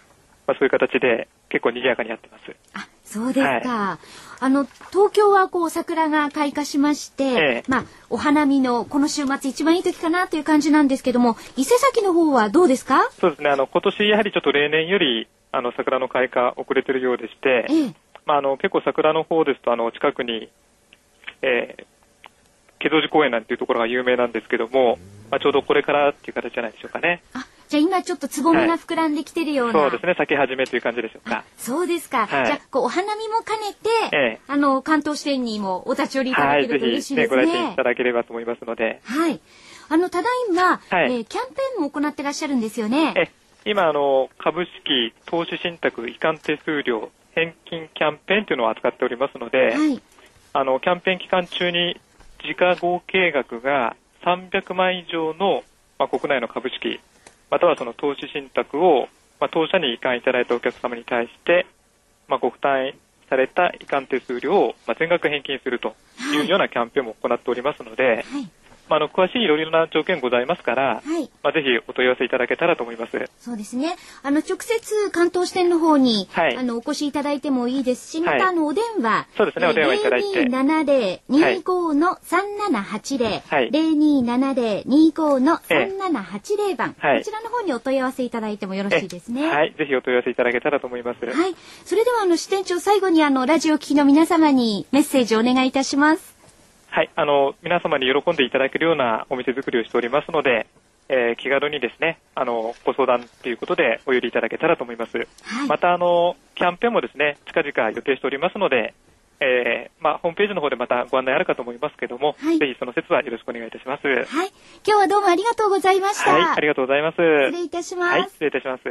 E: まあ、そういう形で結構賑やかにやってます。
B: あ、そうですか。はい、あの東京はこう桜が開花しまして、ええ、まあお花見のこの週末一番いい時かなという感じなんですけども、伊勢崎の方はどうですか？
E: そうですね。あの今年やはりちょっと例年よりあの桜の開花遅れてるようでして、ええ、まああの結構桜の方ですとあの近くに、えー、気蔵寺公園なんていうところが有名なんですけども、まあ、ちょうどこれからっていう形じゃないでしょうかね。
B: あ、じゃあ今ちょっとつぼみが膨らんできてるような、
E: はい、そうですね、咲き始めという感じでしょうか。
B: そうですか、はい、じゃあこうお花見も兼ねて、ええ、あの関東支店にもお立ち寄りいただけると嬉しいですね。
E: はい、ぜひ、ね、ご来店いただければと思いますので。
B: はい。あのただいま、はい、えー、キャンペーンも行ってらっしゃるんですよね。
E: え今あの株式投資信託移管手数料返金キャンペーンというのを扱っておりますので、はい、あのキャンペーン期間中に時価合計額がさんびゃくまん以上の、まあ、国内の株式またはその投資信託を、まあ、当社に移管いただいたお客様に対して、まあ、ご負担された移管手数料を、まあ、全額返金するというようなキャンペーンも行っておりますので、はい、まあ、あの詳しいいろいろな条件ございますから、はい、まあ、ぜひお問い合わせいただけたらと思います。
B: そうですね。あの直接関東支店の方に、はい、あのお越しいただいてもいいですし、またあのお電話、
E: そうですね、お電話いただいて
B: ゼロにーななゼロ にーご のさんななはちゼロ、はい、ゼロにーななゼロ にーご のさんななはちゼロ番、はい、こちらの方にお問い合わせいただいてもよろしいですね。
E: はい、ぜひお問い合わせいただけたらと思います。
B: はい、それではあの支店長、最後にあのラジオ聞きの皆様にメッセージをお願いいたします。
E: はい、あの皆様に喜んでいただけるようなお店作りをしておりますので、えー、気軽にですね、あのご相談ということでお寄りいただけたらと思います。はい、またあのキャンペーンもですね、近々予定しておりますので、えーまあ、ホームページの方でまたご案内あるかと思いますけども、はい、ぜひその説はよろしくお願いいたします。はい、
B: 今日はどうもありがとうございました。
E: はい、ありがとうございます。
B: 失礼いたします。
E: はい、失礼いたします。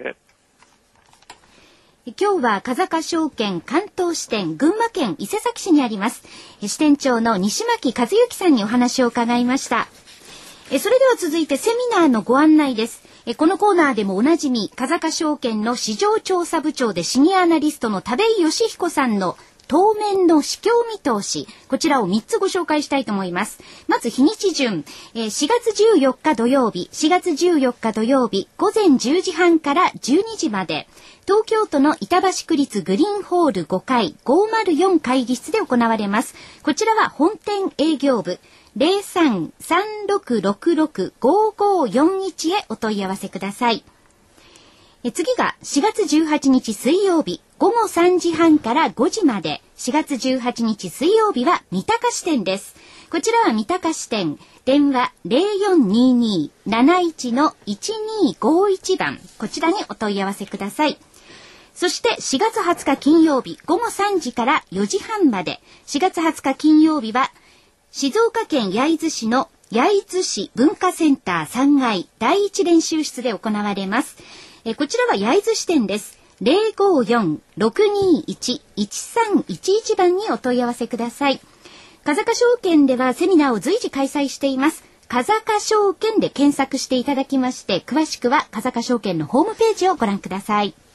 B: 今日は風賀証券関東支店群馬県伊勢崎市にあります支店長の西巻和幸さんにお話を伺いました。それでは続いてセミナーのご案内です。このコーナーでもおなじみ風賀証券の市場調査部長でシニアアナリストの田部井義彦さんの当面の市況見通し、こちらをみっつご紹介したいと思います。まず日にち順、しがつじゅうよっか土曜日、しがつじゅうよっか土曜日ごぜんじゅうじはんからじゅうにじまで、東京都の板橋区立グリーンホールごかいごまるよん会議室で行われます。こちらは本店営業部 ゼロさん さんろくろくろく ごごよんいち へお問い合わせください。え次がしがつじゅうはちにち水曜日ごごさんじはんからごじまで、しがつじゅうはちにち水曜日は三鷹支店です。こちらは三鷹支店、電話 ゼロよんにーにー なないち のいちにーごいち 番、こちらにお問い合わせください。そしてしがつはつか金曜日ごごさんじからよじはんまで、しがつはつか金曜日は静岡県焼津市の焼津市文化センターさんがいだいいち練習室で行われます。えこちらは焼津支店です。ゼロごよん ろくにーいち いちさんいちいち 番にお問い合わせください。風賀証券ではセミナーを随時開催しています。風賀証券で検索していただきまして、詳しくは風賀証券のホームページをご覧ください。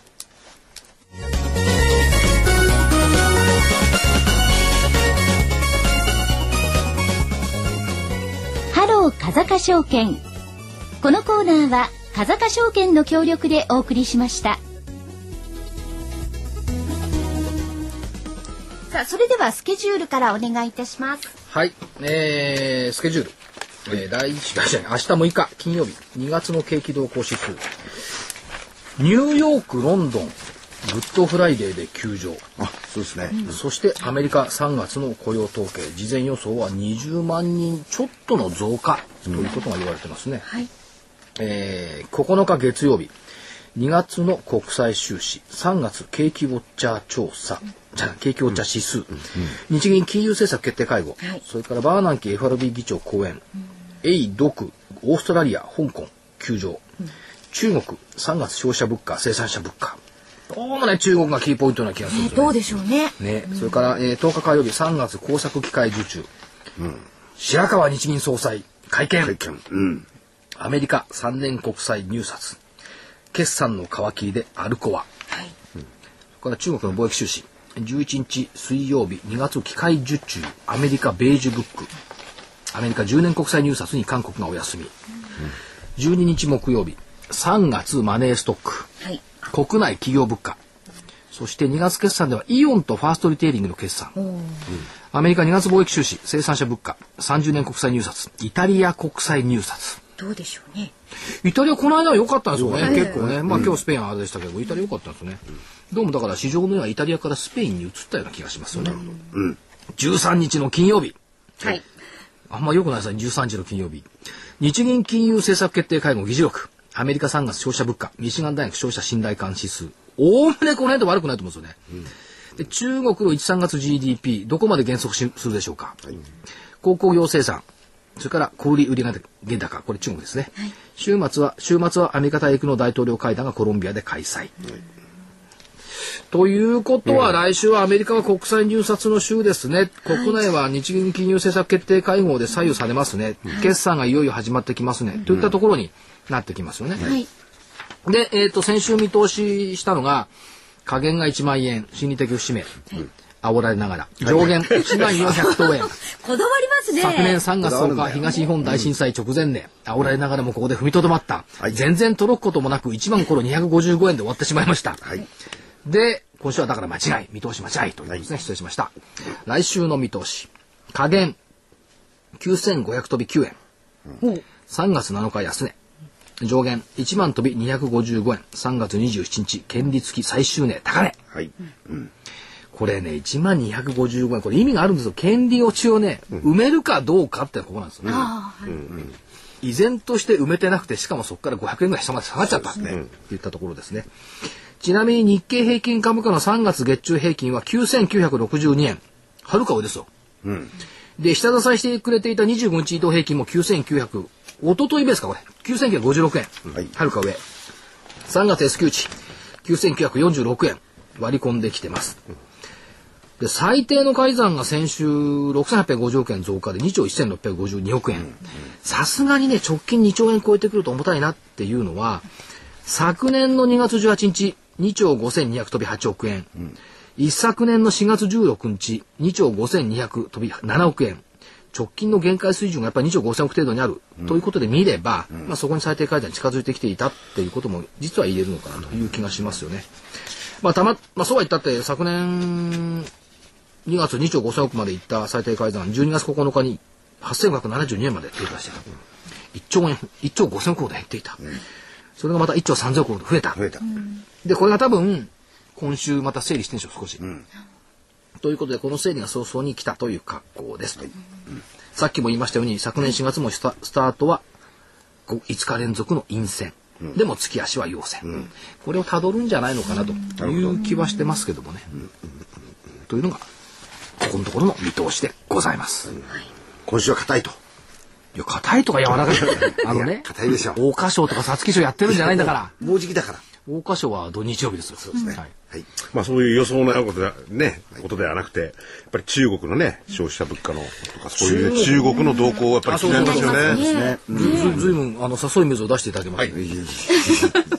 B: ハロー風賀証券。このコーナーは風賀証券の協力でお送りしました。さあ、それではスケジュールからお願いいたします。
A: はい、えー、スケジュール、えー、第一明日むいか金曜日、にがつの景気動向指数、ニューヨーク、ロンドン、グッドフライデーで休場。
C: あ、そうですね、
A: うん、そしてアメリカさんがつの雇用統計、事前予想はにじゅうまんにんちょっとの増加ということが言われてますね。うん、はい、えー、ここのか月曜日、にがつの国際収支、さんがつ景気ウォッチャー調査、じゃあ景気ウォッチャー指数、うんうん、日銀金融政策決定会合、はい、それからバーナンキ エフアールビー 議長講演、うん、エイ、ドク、オーストラリア、香港休場、うん、中国さんがつ消費者物価、生産者物価、どうもね中国がキーポイントな気がするんですよね。
B: えー、どうでしょうね。
A: ね、うん、それから、えー、とおか火曜日、さんがつ工作機械受注、うん、白川日銀総裁会見、会見、うん、アメリカさんねん国債入札、決算の皮切りでアルコア、はい、うん、それから中国の貿易収支、じゅういちにち水曜日、にがつ機械受注、アメリカベージュブック、アメリカじゅうねん国債入札に韓国がお休み、うん、じゅうににち木曜日、さんがつマネーストック、はい、 国内企業物価。そしてにがつ決算ではイオンとファーストリテイリングの決算。アメリカにがつ貿易収支、生産者物価、さんじゅうねん国債入札、イタリア国債入札。
B: どうでしょうね。
A: イタリアこの間は良かったんですよね。結構ね。まあ今日スペインはあれでしたけど、イタリア良かったんですよね。どうもだから市場の目はイタリアからスペインに移ったような気がしますよね。うん、じゅうさんにちの金曜日。
B: はい。
A: あんま良くないですね。じゅうさんにちの金曜日。日銀金融政策決定会合議事録。アメリカさんがつ消費者物価。ミシガン大学消費者信頼感指数。おおむねこの辺で悪くないと思うんですよね。うん、で中国のいち、さんがつ ジーディーピー、どこまで減速するでしょうか。はい、鉱工業生産。それから小売売上高。これ中国ですね。はい、週末は、週末はアメリカ大陸の大統領会談がコロンビアで開催。はい、ということは、来週はアメリカは国債入札の週ですね。国内は日銀金融政策決定会合で左右されますね。はい、決算がいよいよ始まってきますね。はい、といったところになってきますよね。はい、で、えっと、先週見通ししたのが、下限がいちまんえん、心理的節目。はい、煽られながら。上限いちまんよんひゃくとうえん。
B: こだわりますね。
A: 昨年さんがつとおか、東日本大震災直前で、煽られながらもここで踏みとどまった。はい、全然届くこともなく、いちまんころにひゃくごじゅうごえんで終わってしまいました。はい、で、今週はだから間違い、見通し間違いということですね。はい、失礼しました。来週の見通し。下限、きゅうせんごひゃくとびきゅうえん。うん、さんがつなのか安値。上限、いちまんとびにひゃくごじゅうごえん。さんがつにじゅうしちにち、権利付き最終値、高値。はい、うん、これね、いちまんにひゃくごじゅうごえん。これ意味があるんですよ。権利落ちをね、埋めるかどうかってここなんですよね。うんうん、依然として埋めてなくて、しかもそこからごひゃくえんぐらい下まで下がっちゃった。ね、といったところですね。ちなみに日経平均株価のさんがつ月中平均はきゅうせんきゅうひゃくろくじゅうにえん。はるか上ですよ。うん、で、下支えしてくれていたにじゅうごにち移動平均もきゅうせんきゅうひゃく、おとといベースかこれ。きゅうせんきゅうひゃくごじゅうろくえん。はい、はるか上。さんがつ S q 値、きゅうせんきゅうひゃくよんじゅうろくえん。割り込んできてます。で、最低の改ざんが先週ろくせんはっぴゃくごじゅうおくえん増加でにちょうせんろっぴゃくごじゅうにおくえん。さすがにね、直近にちょうえん超えてくると重たいなっていうのは、昨年のにがつじゅうはちにち、にちょうごせんにひゃくとびはちおくえん。うん、一昨年のしがつじゅうろくにち、にちょうごせんにひゃくとびななおくえん。直近の限界水準がやっぱりにちょうごせんおく程度にある、うん、ということで見れば、うん、まあ、そこに最低改ざんに近づいてきていたっていうことも実は言えるのかなという気がしますよね。まあたま、まあ、そうは言ったって昨年にがつにちょうごせんおくまでいった最低改ざんじゅうにがつここのかにはっせんごひゃくななじゅうにえんまで低下していた。いっちょうえん、いっちょうごせんおくほど減っていた。うん、それがまたいっちょうさんぜんおくほど増えた。増えた。で、これが多分今週また整理してるんでしょう、少し。うん、ということでこの整理が早々に来たという格好です。はい、うん、さっきも言いましたように昨年しがつもス タ, スタートはいつか連続の陰線、うん、でも月足は陽線、うん、これをたどるんじゃないのかなという気はしてますけどもね、うん、というのがここのところの見通しでございます。うん、
C: 今週は硬いと。
A: いや、硬いとか柔らかいあのね、
C: 硬いでしょ。
A: 桜花賞とか皐月賞やってるんじゃないんだから。
C: もうじきだから。
A: 桜花賞は土日曜日ですよ。
C: そうですね。はい。
D: はい、まあそういう予想のことでね、ことではなくて、やっぱり中国のね、消費者物価のとかそういう、ね、中国の動向をやっぱり気になりますよね。
A: ずずいぶんあの誘い水を出していただきました。はい、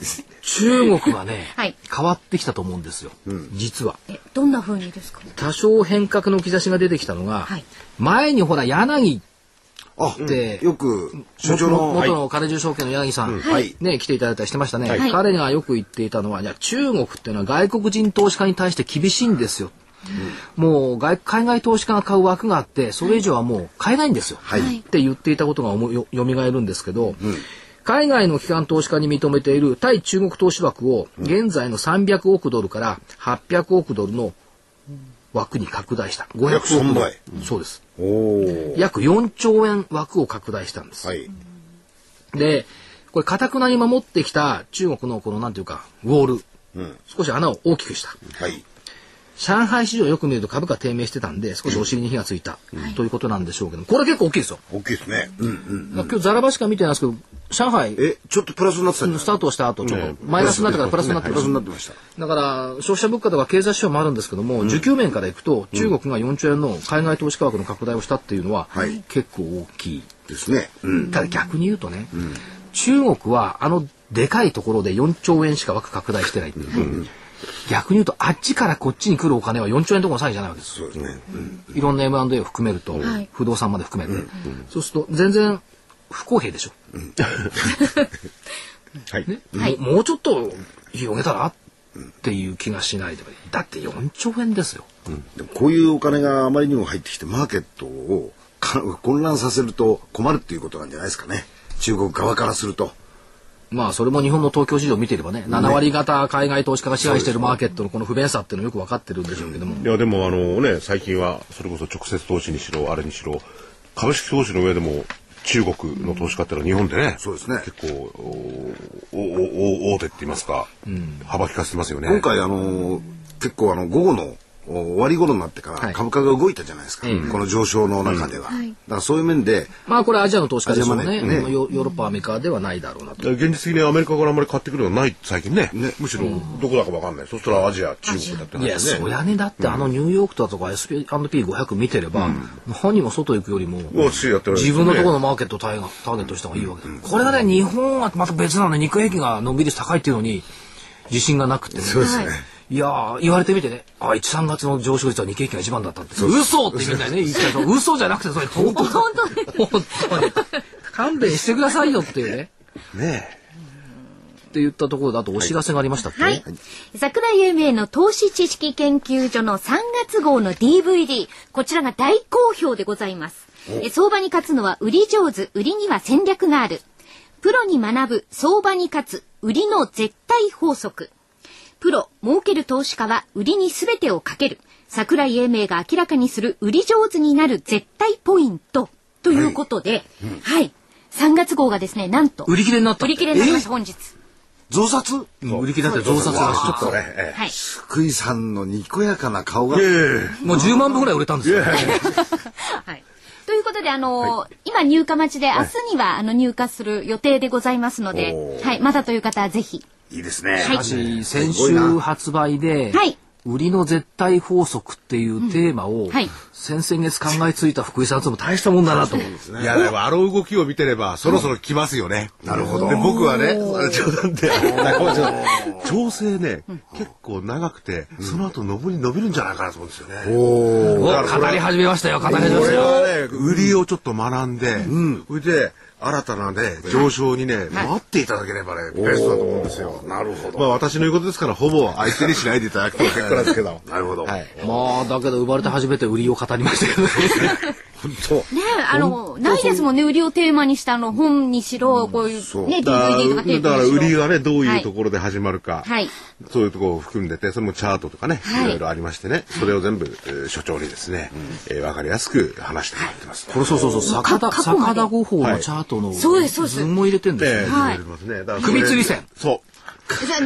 A: 中国はね、はい、変わってきたと思うんですよ。うん、実は。
B: え、どんな風にですか。
A: 多少変革の兆しが出てきたのが、はい、前にほら柳
C: あで、うん、よく所長の
A: 元の金重証券の柳さん、はい、ね、来ていただいたりしてましたね、はい、彼がよく言っていたのは、いや中国っていうのは外国人投資家に対して厳しいんですよ、うん、もう外海外投資家が買う枠があってそれ以上はもう買えないんですよ、はい、って言っていたことが思いよ蘇るんですけど、うん、海外の機関投資家に認めている対中国投資枠を現在のさんびゃくおくドルからはっぴゃくおくドルの枠に拡大した。ごひゃくおくドル。そうです。お約よんちょうえん枠を拡大したんです。はい、で、これ堅くなに守ってきた中国のこのなんていうかウォール、うん、少し穴を大きくした。はい、上海市場よく見ると株価低迷してたんで少しお尻に火がついた、うん、ということなんでしょうけど、これ結構大きいですよ。
C: 大きいですね。うんうんうん、
A: 今日ザラバしか見てないですけど、上海
C: えちょっとプラスになってた、ね、
A: スタートした後ちょっとマイナスになってからプラスになってました。プラスになってました。だから消費者物価とか経済指標もあるんですけども、うん、需給面からいくと中国がよんちょうえんの海外投資価格の拡大をしたっていうのは、はい、結構大きい
C: ですね。
A: うん、ただ逆に言うとね、うん、中国はあのでかいところでよんちょうえんしか枠拡大してないっていう、うん、逆に言うとあっちからこっちに来るお金はよんちょうえんところの詐欺じゃないわけです。そうですね。うん、いろんな エムアンドエー を含めると、はい、不動産まで含めて、うんうん、そうすると全然不公平でしょ。うんはいね、も, もうちょっと広げたらっっていう気がしないで、だってよんちょうえんですよ、
C: うん、でもこういうお金があまりにも入ってきてマーケットを混乱させると困るっていうことなんじゃないですかね、中国側からすると。
A: まあそれも日本の東京市場を見ていればね、ななわり方海外投資家が支配しているマーケットのこの不便さっていうのよく分かってるんでしょうけども、
D: いやでもあのね、最近はそれこそ直接投資にしろあれにしろ株式投資の上でも中国の投資家ってのは日本でね、
C: そうですね、
D: 結構おおお大手って言いますか、うん、幅利かせてますよね。
C: 今回あの結構あの午後の終わり頃になってから株価が動いたじゃないですか、はい、この上昇の中では、うん、だからそういう面で
A: まあこれアジアの投資家でしょうね、ね、ヨーロッパアメリカではないだろうなと。
D: 現実的にアメリカからあんまり買ってくるのはない最近 ね, ねむしろどこだか分かんない、うん、そしたらアジア中国だって話ね。
A: いやそりゃね、だってあのニューヨークだとか エスピーアンドピーごひゃく 見てれば、うん、何も外行くよりも、うん、自分のところのマーケットをターゲットした方がいいわけだ、うん、これがね日本はまた別なので日経平均がのんびり高いっていうのに自信がなくて、ね、
C: そうですね、
A: いやー言われてみてね、あいち、さんがつの上昇率は日経平均が一番だったって嘘ってみんなね言いたいと嘘じゃなくてそれ本当本当本当に勘弁してくださいよっていうね
C: ねえ
A: って言ったところで、あとお知らせがありましたっけ、はいはい、
B: 桜井英明の投資知識研究所のさんがつ号の ディーブイディー、 こちらが大好評でございます。え相場に勝つのは売り上手、売りには戦略がある、プロに学ぶ相場に勝つ売りの絶対法則、プロ儲ける投資家は売りに全てをかける、桜井英明が明らかにする売り上手になる絶対ポイントということで、はい、うんはい、さんがつ号がですね、なんと
A: 売り切れになった、
B: 売り切れになりました。本日
C: 増刷、
A: うん、売り切れだって増刷がちょっとね、
C: ええはい、福井さんのにこやかな顔が、
A: もうじゅうまんぶぐらい売れたんですよ、はい、
B: ということで、あのーはい、今入荷待ちで明日にはあの入荷する予定でございますので、はい、まだという方はぜひ。
C: いいですね。
A: しかし先週発売で、はい、売りの絶対法則っていうテーマを、うんはい、先々月考えついた福井さんとも大したもんだなと思うんですね。
D: いやでもあの動きを見てればそろそろ来ますよね。
C: うん、なるほど。
D: で僕はね、冗談で調整ね、うん、結構長くて、うん、その後上り伸びるんじゃないかなと思うんですよね。
A: おお。語り始めましたよ。語り始めましたよ。
D: これはね、売りをちょっと学んで、うん、それで新たなね上昇にね、はい、待っていただければねベストだと思うんですよ。
C: なるほど。
D: まあ私の言うことですからほぼ相手にしないでいただくと結構なんですけど。
C: なるほど。はい、
A: まあだけど生まれて初めて売りを語りましたけどね。
C: 本当。
B: ねあのないですもんね、売りをテーマにしたの本にしろ、うん、こういうね ディーブイディー とかテープにしろ。
D: だから売りがねどういうところで始まるか、
B: はい、
D: そういうところを含んでて、それもチャートとかね、はい、いろいろありましてね、それを全部、えー、所長にですね、うんえー、分かりやすく話してもらってます。
A: これそうそうそう、坂田坂田五法のチャートの、はい、そうですそうです。図も入れてるんですよ。はい。首吊り線。
D: そう。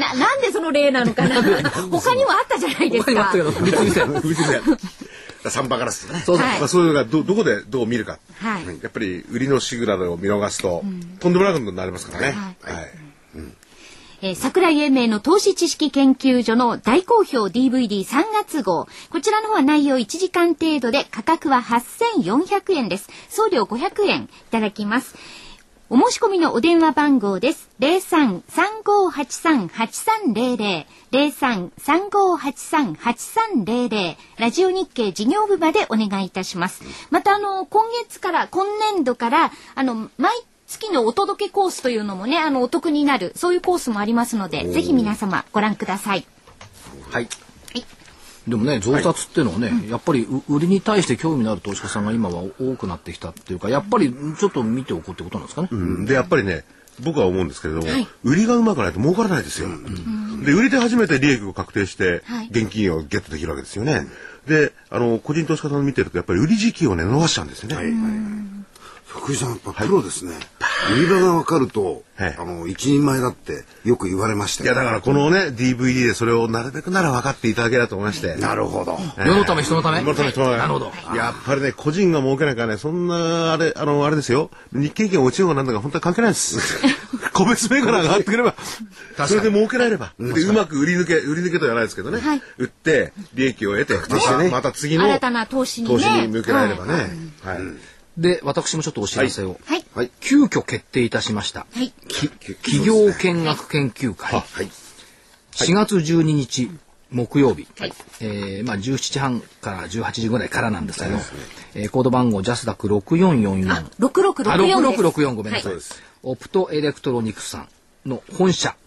B: な, なんでその例なのかな。他にもあったじゃないですか。
A: 首吊り線。
C: 首吊り線。サンバガラスね。
D: そうそう。はい、まあそういうのが ど, どこでどう見るか。はい。やっぱり売りのシグナルを見逃すと、うん、とんでもなくなりますからね。はい。はい
B: うんえー、桜井英明の投資知識研究所の大好評 ディーブイディーさんがつ号。こちらの方は内容いちじかん程度で価格ははっせんよんひゃくえんです。送料ごひゃくえんいただきます。お申し込みのお電話番号です。ゼロさん さんごはちさん はちさんゼロゼロ ゼロさん さんごはちさん はちさんゼロゼロラジオ日経事業部までお願いいたします。またあの今月から今年度からあの毎月のお届けコースというのもね、あのお得になるそういうコースもありますので、ぜひ皆様ご覧ください。
A: はい。でもね、増刷っていうのはね、はい、やっぱり売りに対して興味のある投資家さんが今は多くなってきたっていうか、やっぱりちょっと見ておこうってことなんですかね。
D: うん、でやっぱりね、僕は思うんですけれども、はい、売りがうまくないと儲からないですよ。うん、で売りで初めて利益を確定して現金をゲットできるわけですよね。はい、であの個人投資家さんを見てるとやっぱり売り時期をね逃しちゃうんですよね。はいはい、
C: 福井さんやっぱプロですね。はい、売り場が分かると、はい、あの一人前だってよく言われましたよ。
D: いやだからこのね ディーブイディー でそれをなるべくなら分かっていただけたと思いまして。
C: なるほど。
A: えー、世のため人のため。
D: 世のため人のため。
A: なるほど。
D: やっぱりね個人が儲けないからね、そんなあれあのあれですよ。日経平均落ちようがなんだか本当は関係ないです。個別銘柄が上がってくればそれで儲けられれば、うん、でうまく売り抜け売り抜けとは言わないですけどね、はい、売って利益を得てまた、ね、また次の
B: 新たな投資に、ね、
D: 投資に向けられればね。はいはい
A: はい、で私もちょっとお知らせを、はいはい、急遽決定いたしました、はい、企業見学研究会、はい、しがつじゅうににち木曜日、はいえーまあ、じゅうしちじはんからじゅうはちじぐらいからなんですけど、はいえー、コード番号ジャスダックろくよんよんよん
B: ろくろくろくよんです。
A: ろくろくろくよんごめんなさい、はい、オプトエレクトロニクスさんの本社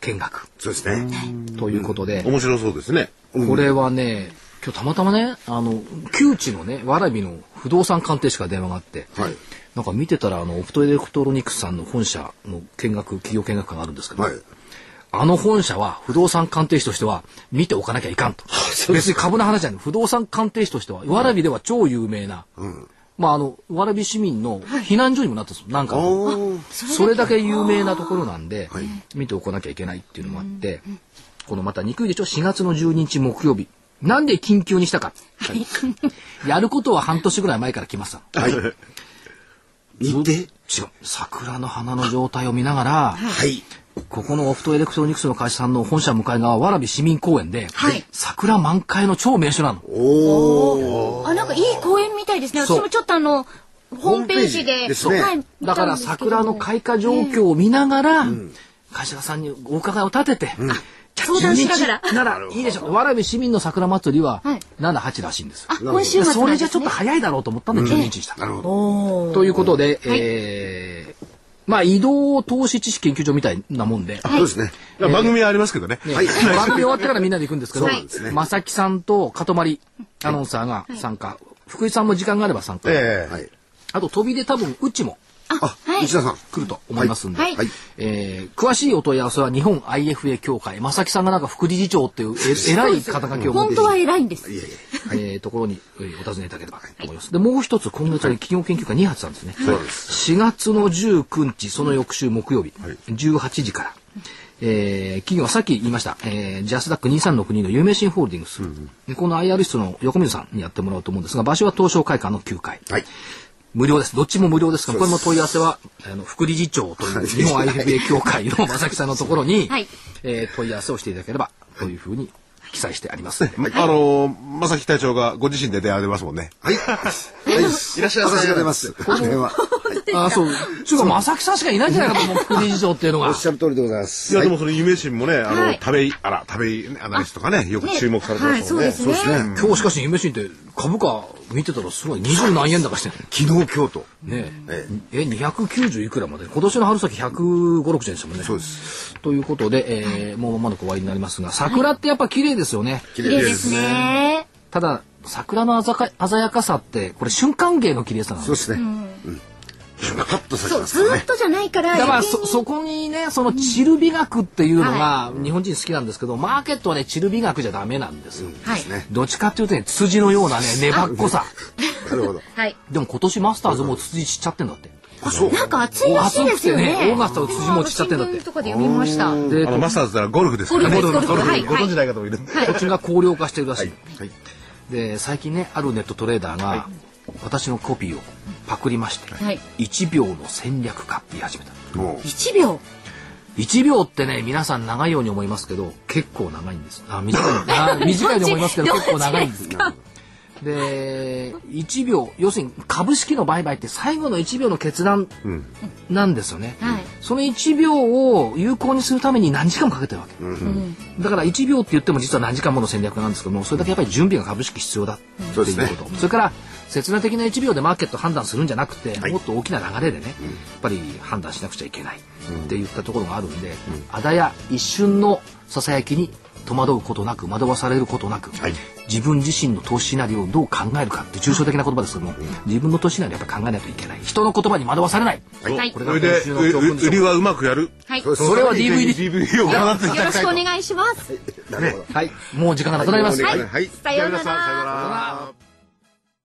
A: 見学。
C: そうですね。
A: ということで。
D: 面白そうですね。
A: これはね、今日たまたまね、あの、旧知のね、蕨の不動産鑑定士から電話があって、はい、なんか見てたら、あの、オプトエレクトロニクスさんの本社の見学、企業見学会があるんですけど、はい、あの本社は不動産鑑定士としては見ておかなきゃいかんと。別に株の話じゃない。不動産鑑定士としては、蕨では超有名な、うん、まあ、あの、蕨市民の避難所にもなったんですよ。なんか、それだけ有名なところなんで、見ておかなきゃいけないっていうのもあって、このまた肉入り帳しがつのじゅうににち木曜日。なんで緊急にしたか。はい、やることは半年ぐらい前から来ました。はい。
C: 見て。
A: 違う。桜の花の状態を見ながら、はい。ここのオフトエレクトロニクスの会社さんの本社向かい側、蕨市民公園で、はい、桜満開の超名所なの。
B: おお。あ、なんかいい公園みたいですね。私もちょっとあの、ホームページで。
C: ですね。はい。
A: だから桜の開花状況を見ながら、うん、会社さんにお伺いを立てて、うん
B: 相談しながら。
A: ならいいでしょう。蕨市民の桜祭りはしち、はちらしいんです。
B: あ、今週末。
A: それじゃちょっと早いだろうと思ったんでじゅうににちにした。なるほど。ということで、えー、まあ移動投資知識研究所みたいなもんで。
C: そうですね。
D: 番組はありますけどね。
A: 番組終わってからみんなで行くんですけど、正木さんとかとまりアナウンサーが参加。福井さんも時間があれば参加。あと飛びで多分うちも。
C: あ、内田さん
A: 来ると思いますんで、はいはい、えー、詳しいお問い合わせは日本 アイエフエー 協会正木さんがなんか副理事長っていうえ偉い肩書きを持っている
B: 本当は偉いんです、
A: えー、ところに、えー、お尋ねいただければと思います。でもう一つ今月は企業研究会に発なんですね、はい、しがつのじゅうくにちその翌週木曜日、はい、じゅうはちじから、えー、企業はさっき言いました、えー、ジャスダックにさんろくにの有名シンホールディングス、うんうん、この アイアール 室の横水さんにやってもらおうと思うんですが場所は東証会館のきゅうかい、はい、無料です。どっちも無料ですから、これも問い合わせは、あの、副理事長という日本 アイエフエー 協会の正木さんのところに、はい、えー、問い合わせをしていただければ、というふうに記載してあります。はい、
D: あのー、正木隊長がご自身で電話出ますもんね。
C: はい。はい。いらっしゃいませ。私が出ます。この電話。
A: あ、そう。ちゅうか、正木さんしかいないんじゃないかと思う、副理事長っていうのが。
C: おっしゃる通りでございます。
D: いや、でもその有名人もね、あの、食べ、あら、食べアナリストとかね、よく注目されてますもんね。
B: そうですね。
A: 今日しかし有名人って株価見てたらすごい二十何円高してる。
C: 昨日、今日と。
A: ねえ。え、にひゃくきゅうじゅういくらまで。今年の春先ひゃくご、ろくじゅうえんでしたもんね。
C: そうです。
A: ということで、えー、もう間もなく終わりになりますが、桜ってやっぱ綺麗ですよね。
B: 綺麗ですね。
A: ただ、桜の鮮やかさって、これ瞬間芸の綺麗さなん
C: です。そうですね。うん
B: パッと咲きますね。そう、ずっとじゃないから。
A: だからそ、そこにね、その散る美学っていうのが、日本人好きなんですけど、マーケットはね、散る美学じゃダメなんですよ。はい。どっちかっていうとね、ツジのようなね、粘っこさ。
C: なるほど。
B: はい。
A: でも今年マスターズもツジ散っちゃってんだって。
B: そう。なんか暑いらしいですよね。
A: 暑くてね、オーガスタのツジも散っちゃってんだって。
B: とかで読みました。
D: で、マスターズはゴルフですから。
B: ゴルフ、ゴルフ。
D: ご存知ない方もいる。
A: 土地が荒涼化してるらしい。はい。で、最近ね、あるネットトレーダーが、私のコピーをパクりまして、はい、いちびょうの戦略家って言い始めた。
B: いちびょう
A: いちびょうってね、皆さん長いように思いますけど、結構長いんです。あ、短い。あ、短いと思いますけど、結構長いんです。で、いちびょう、要するに株式の売買って最後のいちびょうの決断なんですよね。うん、そのいちびょうを有効にするために何時間もかけてるわけ。うん、だからいちびょうって言っても実は何時間もの戦略なんですけども、それだけやっぱり準備が株式必要だっていうこと。うん、そ, ね、それから刹那的ないちびょうでマーケット判断するんじゃなくて、はい、もっと大きな流れでね、うん、やっぱり判断しなくちゃいけないって言ったところがあるんで、うん、あだや一瞬のささやきに戸惑うことなく惑わされることなく、はい、自分自身の投資シナリオをどう考えるかって抽象的な言葉ですけども、うん、自分の投資シナリオやっぱ考えないといけない。人の言葉に惑わされない。
D: はい、これが今週の教訓でしょう。売りはうまくやる。
A: はい、それは ディーブイディー, ディーブイディー を
B: よろしくお願いします。
A: はい、もう時間がなくなります。
B: はい、さようなら。
D: さようなら。